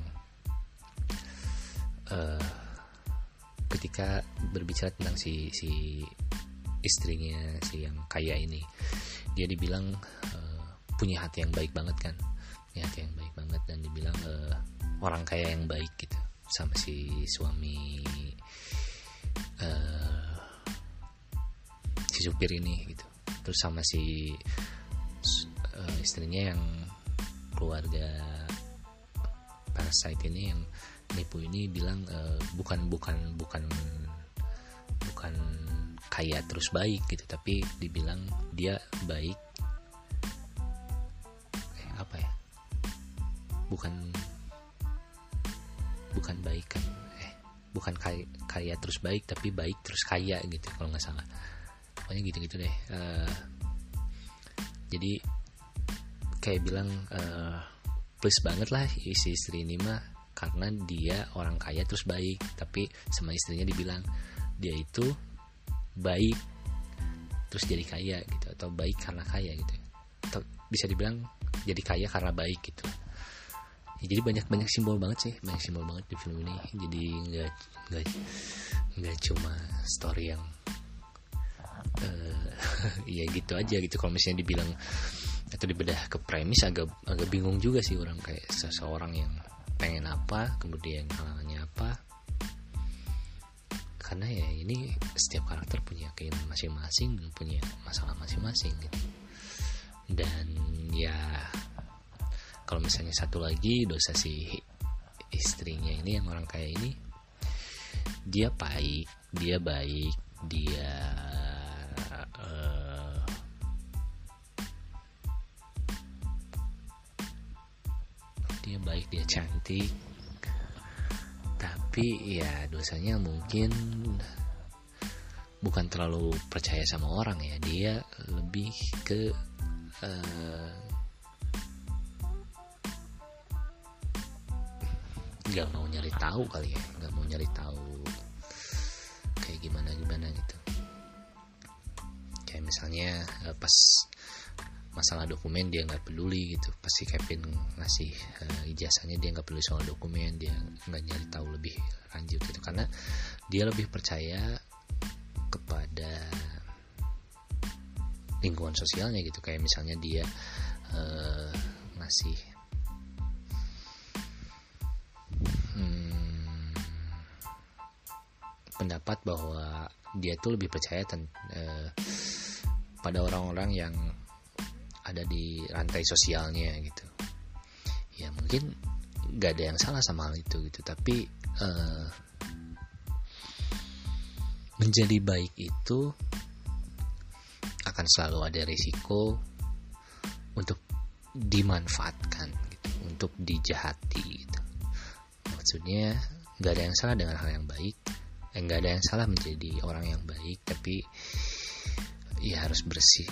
uh, ketika berbicara tentang si si istrinya si yang kaya ini, dia dibilang uh, punya hati yang baik banget kan, punya hati yang baik banget, dan dibilang uh, orang kaya yang baik gitu sama si suami uh, si supir ini gitu. Terus sama si uh, istrinya yang keluarga parasite ini yang nipu ini bilang uh, bukan bukan bukan bukan kaya terus baik gitu, tapi dibilang dia baik eh, apa ya bukan bukan baik kan eh bukan kaya, kaya terus baik tapi baik terus kaya gitu kalau nggak salah. Pokoknya gitu-gitu deh. Uh, jadi kayak bilang uh, plus banget lah isi istri ini mah, karena dia orang kaya terus baik, tapi sama istrinya dibilang dia itu baik terus jadi kaya gitu, atau baik karena kaya gitu, atau bisa dibilang jadi kaya karena baik gitu ya, jadi banyak banyak simbol banget sih, banyak simbol banget di film ini. Jadi nggak nggak nggak cuma story yang uh, ya gitu aja gitu. Kalau misalnya dibilang atau dibedah ke premis, agak agak bingung juga sih orang, kayak seseorang yang pengen apa, kemudian halangannya apa. Karena ya ini setiap karakter punya keinginan masing-masing dan punya masalah masing-masing gitu. Dan ya kalau misalnya satu lagi dosa si istrinya ini, yang orang kaya ini, dia baik, dia baik, dia uh, dia baik, dia cantik, tapi ya dosanya mungkin bukan terlalu percaya sama orang ya. Dia lebih ke uh, nggak mau nyari tahu kali ya, nggak mau nyari tahu kayak gimana gimana gitu. Kayak misalnya uh, pas masalah dokumen dia nggak peduli gitu. Pasti Kevin ngasih uh, ijazahnya, dia nggak peduli soal dokumen, dia nggak nyari tahu lebih lanjut gitu, karena dia lebih percaya kepada lingkungan sosialnya gitu. Kayak misalnya dia uh, ngasih hmm, pendapat bahwa dia tuh lebih percaya ten, uh, pada orang-orang yang ada di rantai sosialnya gitu. Ya mungkin nggak ada yang salah sama hal itu gitu, tapi uh, menjadi baik itu akan selalu ada risiko untuk dimanfaatkan gitu, untuk dijahati gitu. Maksudnya nggak ada yang salah dengan hal yang baik, eh, nggak ada yang salah menjadi orang yang baik, tapi ya harus bersih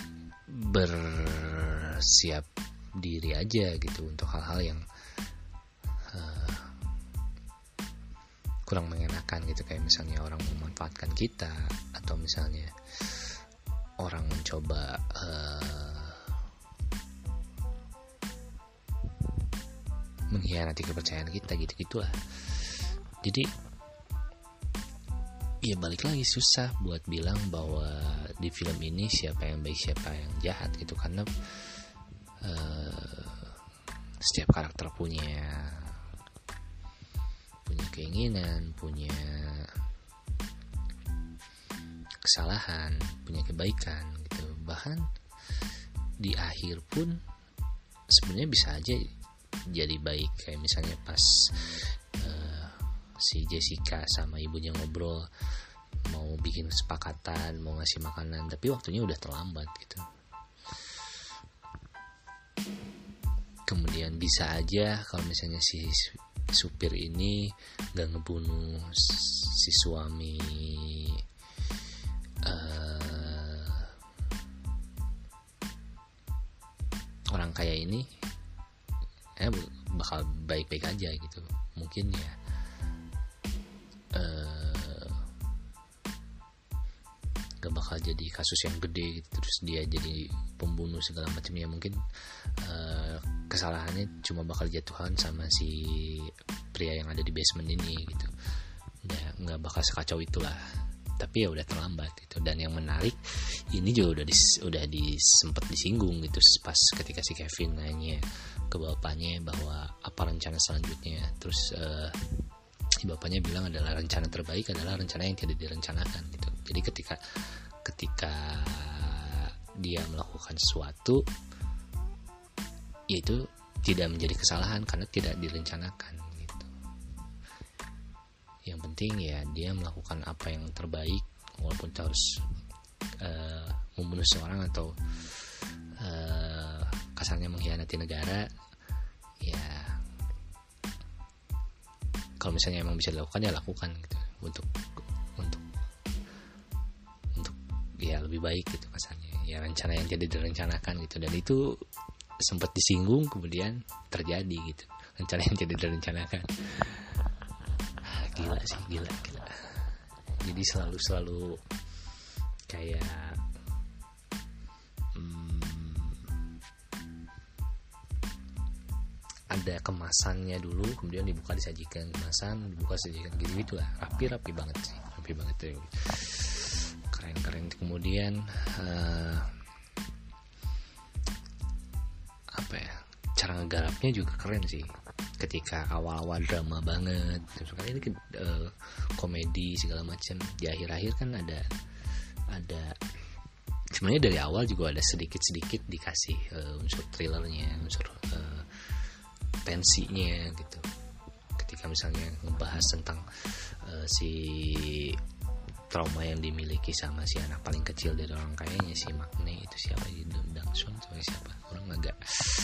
bersiap diri aja gitu untuk hal-hal yang uh, kurang mengenakan gitu. Kayak misalnya orang memanfaatkan kita, atau misalnya orang mencoba uh, mengkhianati kepercayaan kita gitu-gitulah. Jadi ya balik lagi, susah buat bilang bahwa di film ini siapa yang baik siapa yang jahat gitu, karena uh, setiap karakter punya punya keinginan, punya kesalahan, punya kebaikan gitu. Bahkan di akhir pun sebenarnya bisa aja jadi baik. Kayak misalnya pas uh, si Jessica sama ibunya ngobrol mau bikin kesepakatan, mau ngasih makanan, tapi waktunya udah terlambat gitu. Kemudian bisa aja kalau misalnya si supir ini gak ngebunuh si suami uh, orang kaya ini, eh bakal baik-baik aja gitu. Mungkin ya uh, gak bakal jadi kasus yang gede gitu, terus dia jadi pembunuh segala macam. Ya mungkin uh, kesalahannya cuma bakal jatuhan sama si pria yang ada di basement ini gitu. Ya nggak bakal sekacau itulah, tapi ya udah terlambat gitu. Dan yang menarik ini juga udah dis, udah disempet disinggung gitu pas ketika si Kevin nanya ke bapaknya bahwa apa rencana selanjutnya. Terus uh, bapaknya bilang adalah rencana terbaik adalah rencana yang tidak direncanakan gitu. Jadi ketika ketika dia melakukan sesuatu, yaitu tidak menjadi kesalahan karena tidak direncanakan gitu. Yang penting ya dia melakukan apa yang terbaik, walaupun harus uh, membunuh seorang atau uh, kasarnya mengkhianati negara. Ya kalau misalnya emang bisa dilakukan ya lakukan gitu, untuk untuk untuk ya lebih baik gitu kasarnya. Ya rencana yang jadi direncanakan gitu, dan itu sempat disinggung kemudian terjadi gitu, rencana yang tidak direncanakan. Gila sih, gila gila. Jadi selalu selalu kayak hmm, ada kemasannya dulu, kemudian dibuka disajikan kemasan, dibuka disajikan gitu gitu lah, rapi rapi banget sih, rapi banget tuh, keren keren. Kemudian uh, apa ya, cara ngegarapnya juga keren sih. Ketika awal-awal drama banget, terus kali ini uh, komedi segala macam, di akhir-akhir kan ada ada sebenarnya dari awal juga ada sedikit-sedikit dikasih uh, unsur thrillernya, unsur uh, tensinya gitu. Ketika misalnya ngebahas tentang uh, si trauma yang dimiliki sama si anak paling kecil dari orang kayanya, si Maknae itu siapa, Dangsun atau siapa, orang agak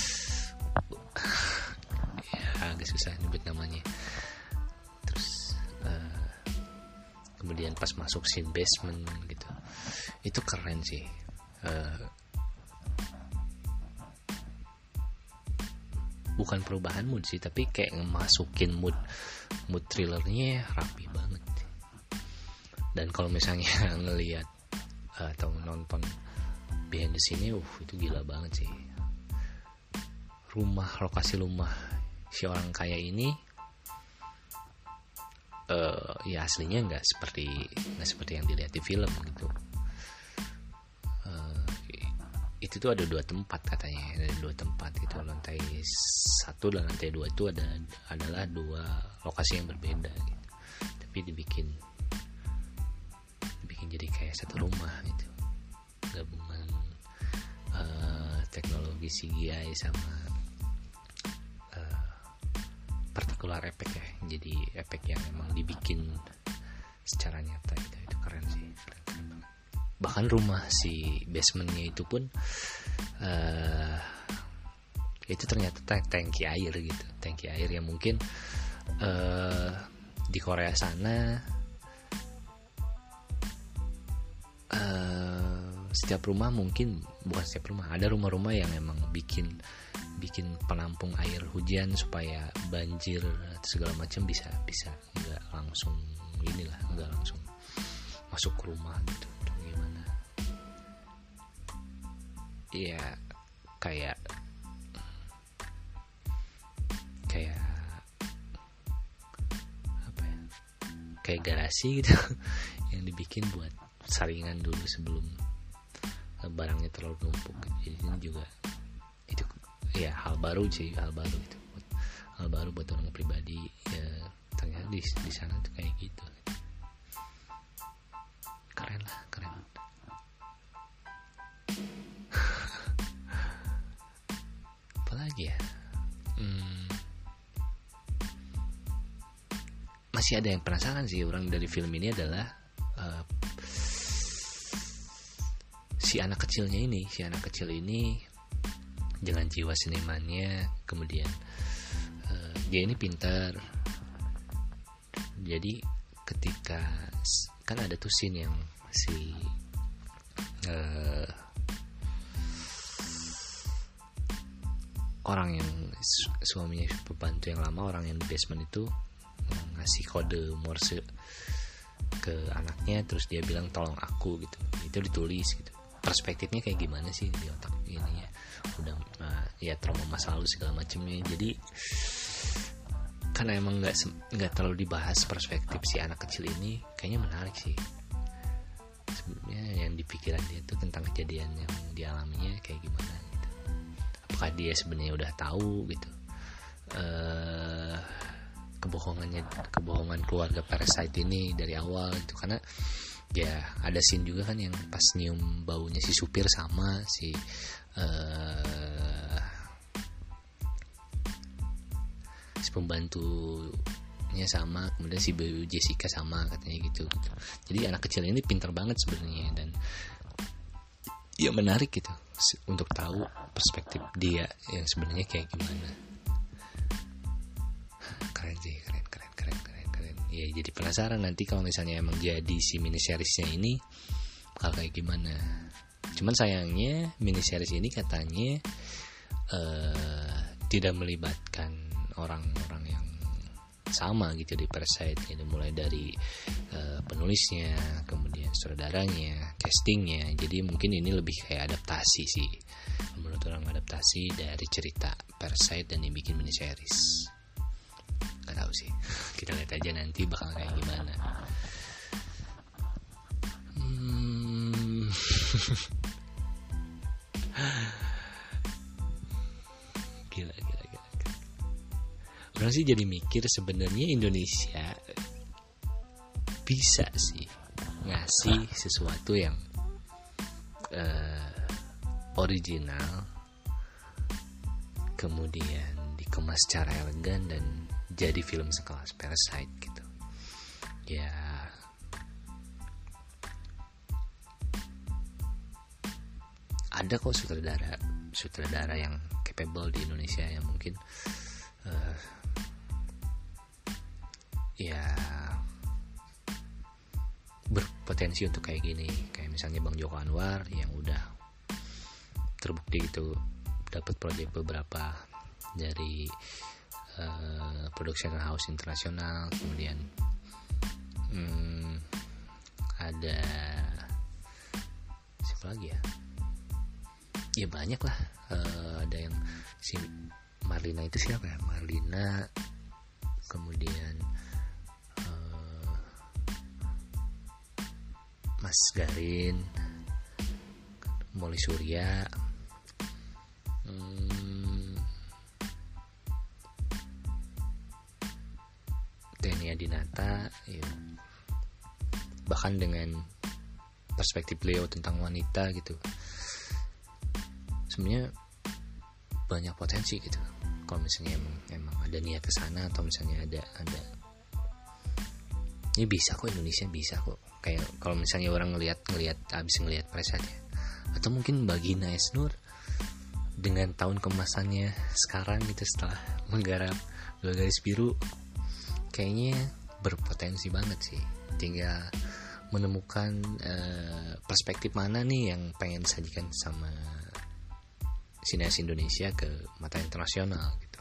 ya agak susah nyebut namanya. Terus uh, kemudian pas masuk scene basement gitu, itu keren sih. Uh, bukan perubahan mood sih, tapi kayak ngemasukin mood mood thrillernya rapi banget. Dan kalau misalnya ngelihat uh, atau nonton behind the scene, uh itu gila banget sih. Rumah, lokasi rumah si orang kaya ini uh, ya aslinya nggak seperti nggak seperti yang dilihat di film gitu. Uh, itu tuh ada dua tempat katanya, ada dua tempat gitu, lantai satu dan lantai dua itu ada adalah dua lokasi yang berbeda gitu. Tapi dibikin dibikin jadi kayak satu rumah gitu, gabungan uh, teknologi C G I sama partikular efek ya, jadi efek yang memang dibikin secara nyata gitu. Itu keren sih, keren, keren banget. Bahkan rumah si basementnya itu pun uh, itu ternyata tangki air gitu, tangki air yang mungkin uh, di Korea sana uh, setiap rumah, mungkin bukan setiap rumah, ada rumah-rumah yang emang bikin bikin penampung air hujan supaya banjir segala macam bisa bisa nggak langsung inilah, nggak langsung masuk ke rumah gitu atau gimana ya, kayak kayak apa ya, kayak garasi gitu yang dibikin buat saringan dulu sebelum barangnya terlalu numpuk. Jadi ini juga itu ya hal baru sih, hal baru gitu, hal baru buat orang pribadi ya. Ternyata di di sana tuh kayak gitu. Keren lah, keren. Apalagi ya, hmm, masih ada yang penasaran sih orang dari film ini adalah uh, si anak kecilnya ini, si anak kecil ini dengan jiwa senimannya, kemudian uh, dia ini pintar. Jadi ketika kan ada tuh scene yang si uh, orang yang su- suaminya pembantu yang lama, orang yang di basement itu ngasih kode Morse ke anaknya, terus dia bilang tolong aku gitu. Itu ditulis gitu. Perspektifnya kayak gimana sih di otak ini ya, udah uh, ya trauma masa lalu segala macamnya. Jadi karena emang nggak nggak terlalu dibahas perspektif si anak kecil ini, kayaknya menarik sih sebenarnya yang di pikiran dia itu tentang kejadian yang dialaminya kayak gimana gitu. Apakah dia sebenarnya udah tahu gitu uh, kebohongannya kebohongan keluarga Parasite ini dari awal itu. Karena ya ada scene juga kan yang pas nyium baunya si supir sama si uh, si pembantunya sama, kemudian si Jessica sama katanya gitu, gitu. Jadi anak kecil ini pintar banget sebenarnya, dan ya menarik gitu untuk tahu perspektif dia yang sebenarnya kayak gimana. Keren sih, keren keren keren keren keren. Ya jadi penasaran nanti kalau misalnya emang jadi si mini seriesnya ini bakal kayak gimana. Cuman sayangnya mini series ini katanya uh, tidak melibatkan orang-orang yang sama gitu di Parasite gitu, mulai dari uh, penulisnya, kemudian sutradaranya, castingnya. Jadi mungkin ini lebih kayak adaptasi sih, menurut orang, adaptasi dari cerita Parasite dan dibikin mini series. Gak tahu sih, kita lihat aja nanti bakal kayak gimana. Hmm. gila, gila, gila. Orang sih jadi mikir sebenarnya Indonesia bisa sih ngasih sesuatu yang uh, original, kemudian dikemas secara elegan dan jadi film sekelas Parasite gitu. Ya, ada kok sutradara sutradara yang capable di Indonesia yang mungkin uh, ya berpotensi untuk kayak gini, kayak misalnya Bang Joko Anwar yang udah terbukti itu dapat proyek beberapa dari uh, production house internasional. Kemudian hmm, ada siapa lagi ya? Ya banyak lah. Uh, ada yang si Marlina itu siapa ya? Marlina, kemudian uh, Mas Garin, Molly Surya, hmm, Tenia Dinata, ya. Bahkan dengan perspektif beliau tentang wanita gitu, sebenarnya banyak potensi gitu. Kalau misalnya emang, emang ada niat ke sana, atau misalnya ada ada ini bisa kok, Indonesia bisa kok. Kayak kalau misalnya orang ngelihat ngelihat abis ngelihat Parasite ya, atau mungkin Baginda Esnur dengan tahun kemasannya sekarang gitu setelah menggarap Dua Garis Biru, kayaknya berpotensi banget sih. Tinggal menemukan uh, perspektif mana nih yang pengen disajikan sama sineas Indonesia ke mata internasional gitu.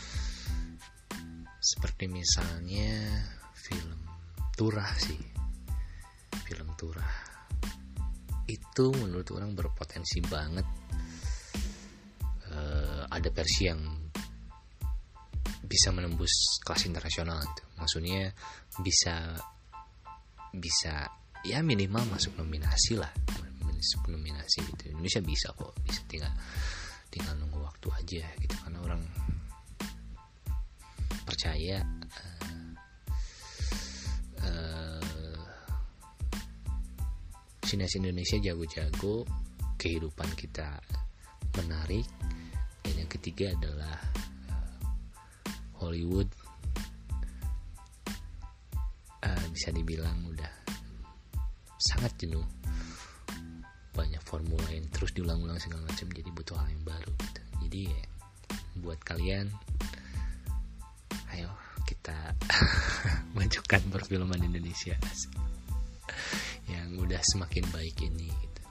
Seperti misalnya film Turah sih, film Turah itu menurut orang berpotensi banget. Uh, ada versi yang bisa menembus kelas internasional gitu. Maksudnya bisa bisa ya minimal masuk nominasi lah, masuk nominasi gitu. Indonesia bisa kok, bisa tinggal tinggal nunggu waktu aja gitu, karena orang percaya uh, uh, sineas Indonesia jago-jago, kehidupan kita menarik, dan yang ketiga adalah uh, Hollywood uh, bisa dibilang udah sangat jenuh, banyak formula yang terus diulang-ulang segala macam, jadi butuh hal yang baru gitu. Jadi ya, buat kalian, ayo kita majukan perfilman Indonesia yang udah semakin baik ini gitu.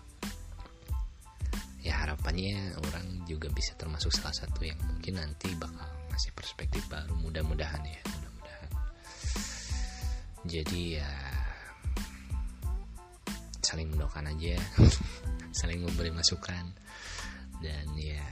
Ya harapannya orang juga bisa termasuk salah satu yang mungkin nanti bakal ngasih perspektif baru, mudah-mudahan ya, mudah-mudahan. Jadi ya saling mendoakan aja, saling memberi masukan, dan ya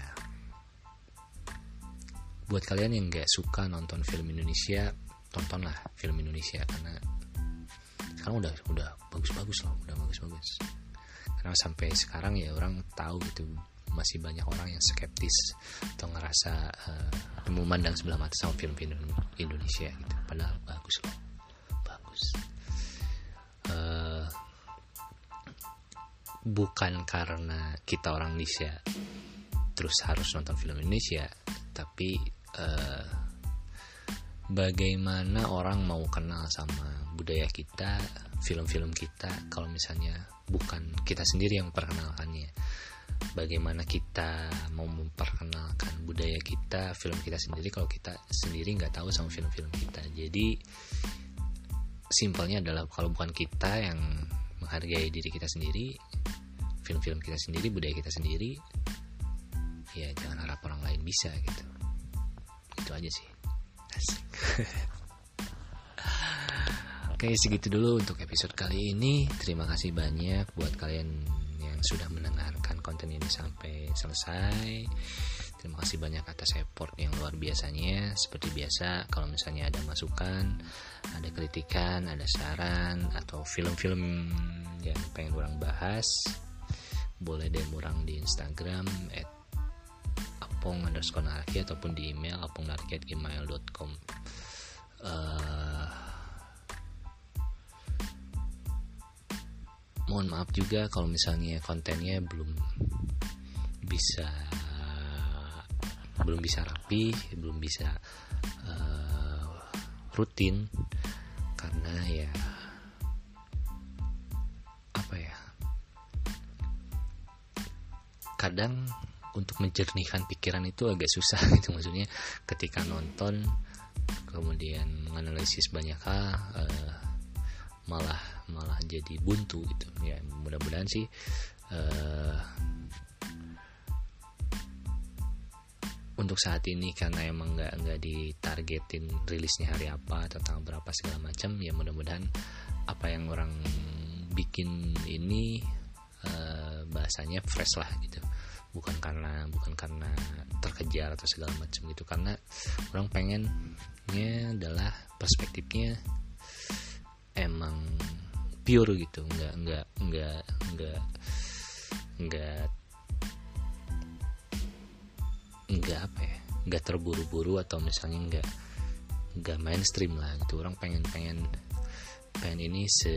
buat kalian yang nggak suka nonton film Indonesia, tontonlah film Indonesia, karena sekarang udah udah bagus-bagus loh, udah bagus-bagus. Karena sampai sekarang ya orang tahu gitu, masih banyak orang yang skeptis atau ngerasa uh, memandang sebelah mata sama film-film Indonesia gitu. Padahal bagus loh, bagus. Uh, bukan karena kita orang Indonesia terus harus nonton film Indonesia, tapi uh, bagaimana orang mau kenal sama budaya kita, film-film kita, kalau misalnya bukan kita sendiri yang memperkenalkannya. Bagaimana kita mau memperkenalkan budaya kita, film kita sendiri, kalau kita sendiri nggak tahu sama film-film kita. Jadi simpelnya adalah kalau bukan kita yang menghargai diri kita sendiri, film-film kita sendiri, budaya kita sendiri, ya jangan harap orang lain bisa gitu. Itu aja sih. Asik. Oke, segitu dulu untuk episode kali ini. Terima kasih banyak buat kalian yang sudah mendengarkan konten ini sampai selesai. Terima kasih banyak atas support yang luar biasanya. Seperti biasa, kalau misalnya ada masukan, ada kritikan, ada saran, atau film-film yang pengen orang bahas, boleh D M orang di Instagram at apong underscore narki ataupun di email apongnarki at gmail dot com. uh, Mohon maaf juga kalau misalnya kontennya belum bisa belum bisa rapi, belum bisa uh, rutin, karena ya apa ya, kadang untuk menjernihkan pikiran itu agak susah gitu. Maksudnya ketika nonton kemudian menganalisis banyak hal, uh, malah malah jadi buntu gitu ya. Mudah-mudahan sih uh, untuk saat ini, karena emang nggak nggak ditargetin rilisnya hari apa atau tanggal berapa segala macam, ya mudah-mudahan apa yang orang bikin ini uh, bahasanya fresh lah gitu, bukan karena bukan karena terkejar atau segala macam gitu, karena orang pengennya adalah perspektifnya emang pure gitu, nggak nggak nggak nggak nggak nggak apa ya, nggak terburu-buru atau misalnya nggak nggak mainstream lah gitu. Orang pengen pengen pengen ini se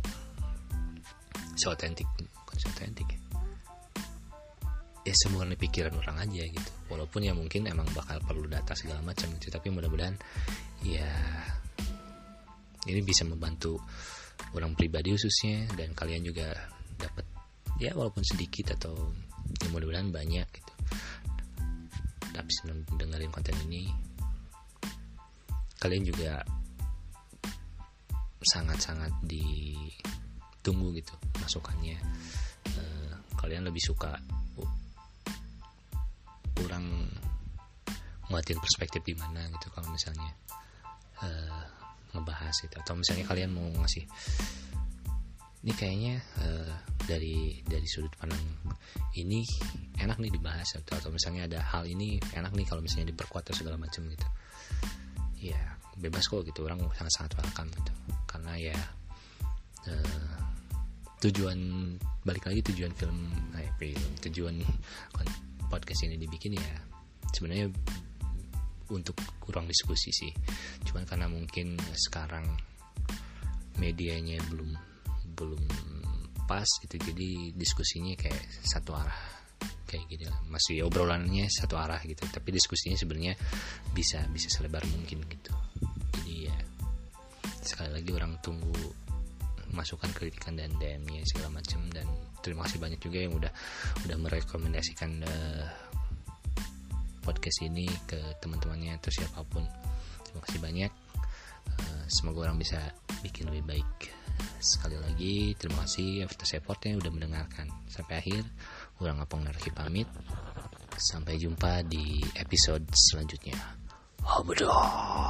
se otentik, bukan se otentik ya, ya semurni pikiran orang aja gitu. Walaupun ya mungkin emang bakal perlu data segala macam gitu, tapi mudah-mudahan ya ini bisa membantu orang pribadi khususnya, dan kalian juga dapat ya walaupun sedikit atau ya mudah-mudahan banyak gitu. Habis dengerin konten ini, kalian juga sangat-sangat ditunggu gitu masukannya. Uh, kalian lebih suka uh, orang nguatin perspektif di mana gitu kalau misalnya uh, ngebahas itu, atau misalnya kalian mau ngasih ini kayaknya uh, dari dari sudut pandang ini enak nih dibahas, atau, atau misalnya ada hal ini enak nih kalau misalnya diperkuat atau segala macam gitu. Ya bebas kok gitu, orang sangat-sangat welcome gitu, karena ya uh, tujuan balik lagi tujuan film eh, film tujuan podcast ini dibikin ya sebenarnya untuk kurang diskusi sih, cuman karena mungkin sekarang medianya belum belum pas gitu, jadi diskusinya kayak satu arah kayak gitu lah. Masih obrolannya satu arah gitu, tapi diskusinya sebenarnya bisa bisa selebar mungkin gitu. Jadi ya sekali lagi orang tunggu masukan, kritikan dan D M-nya segala macam, dan terima kasih banyak juga yang udah udah merekomendasikan uh, podcast ini ke teman-temannya atau siapapun. Terima kasih banyak. Uh, semoga orang bisa bikin lebih baik. Sekali lagi terima kasih atas supportnya udah mendengarkan sampai akhir. Urang Apong Narki pamit. Sampai jumpa di episode selanjutnya. Habedah.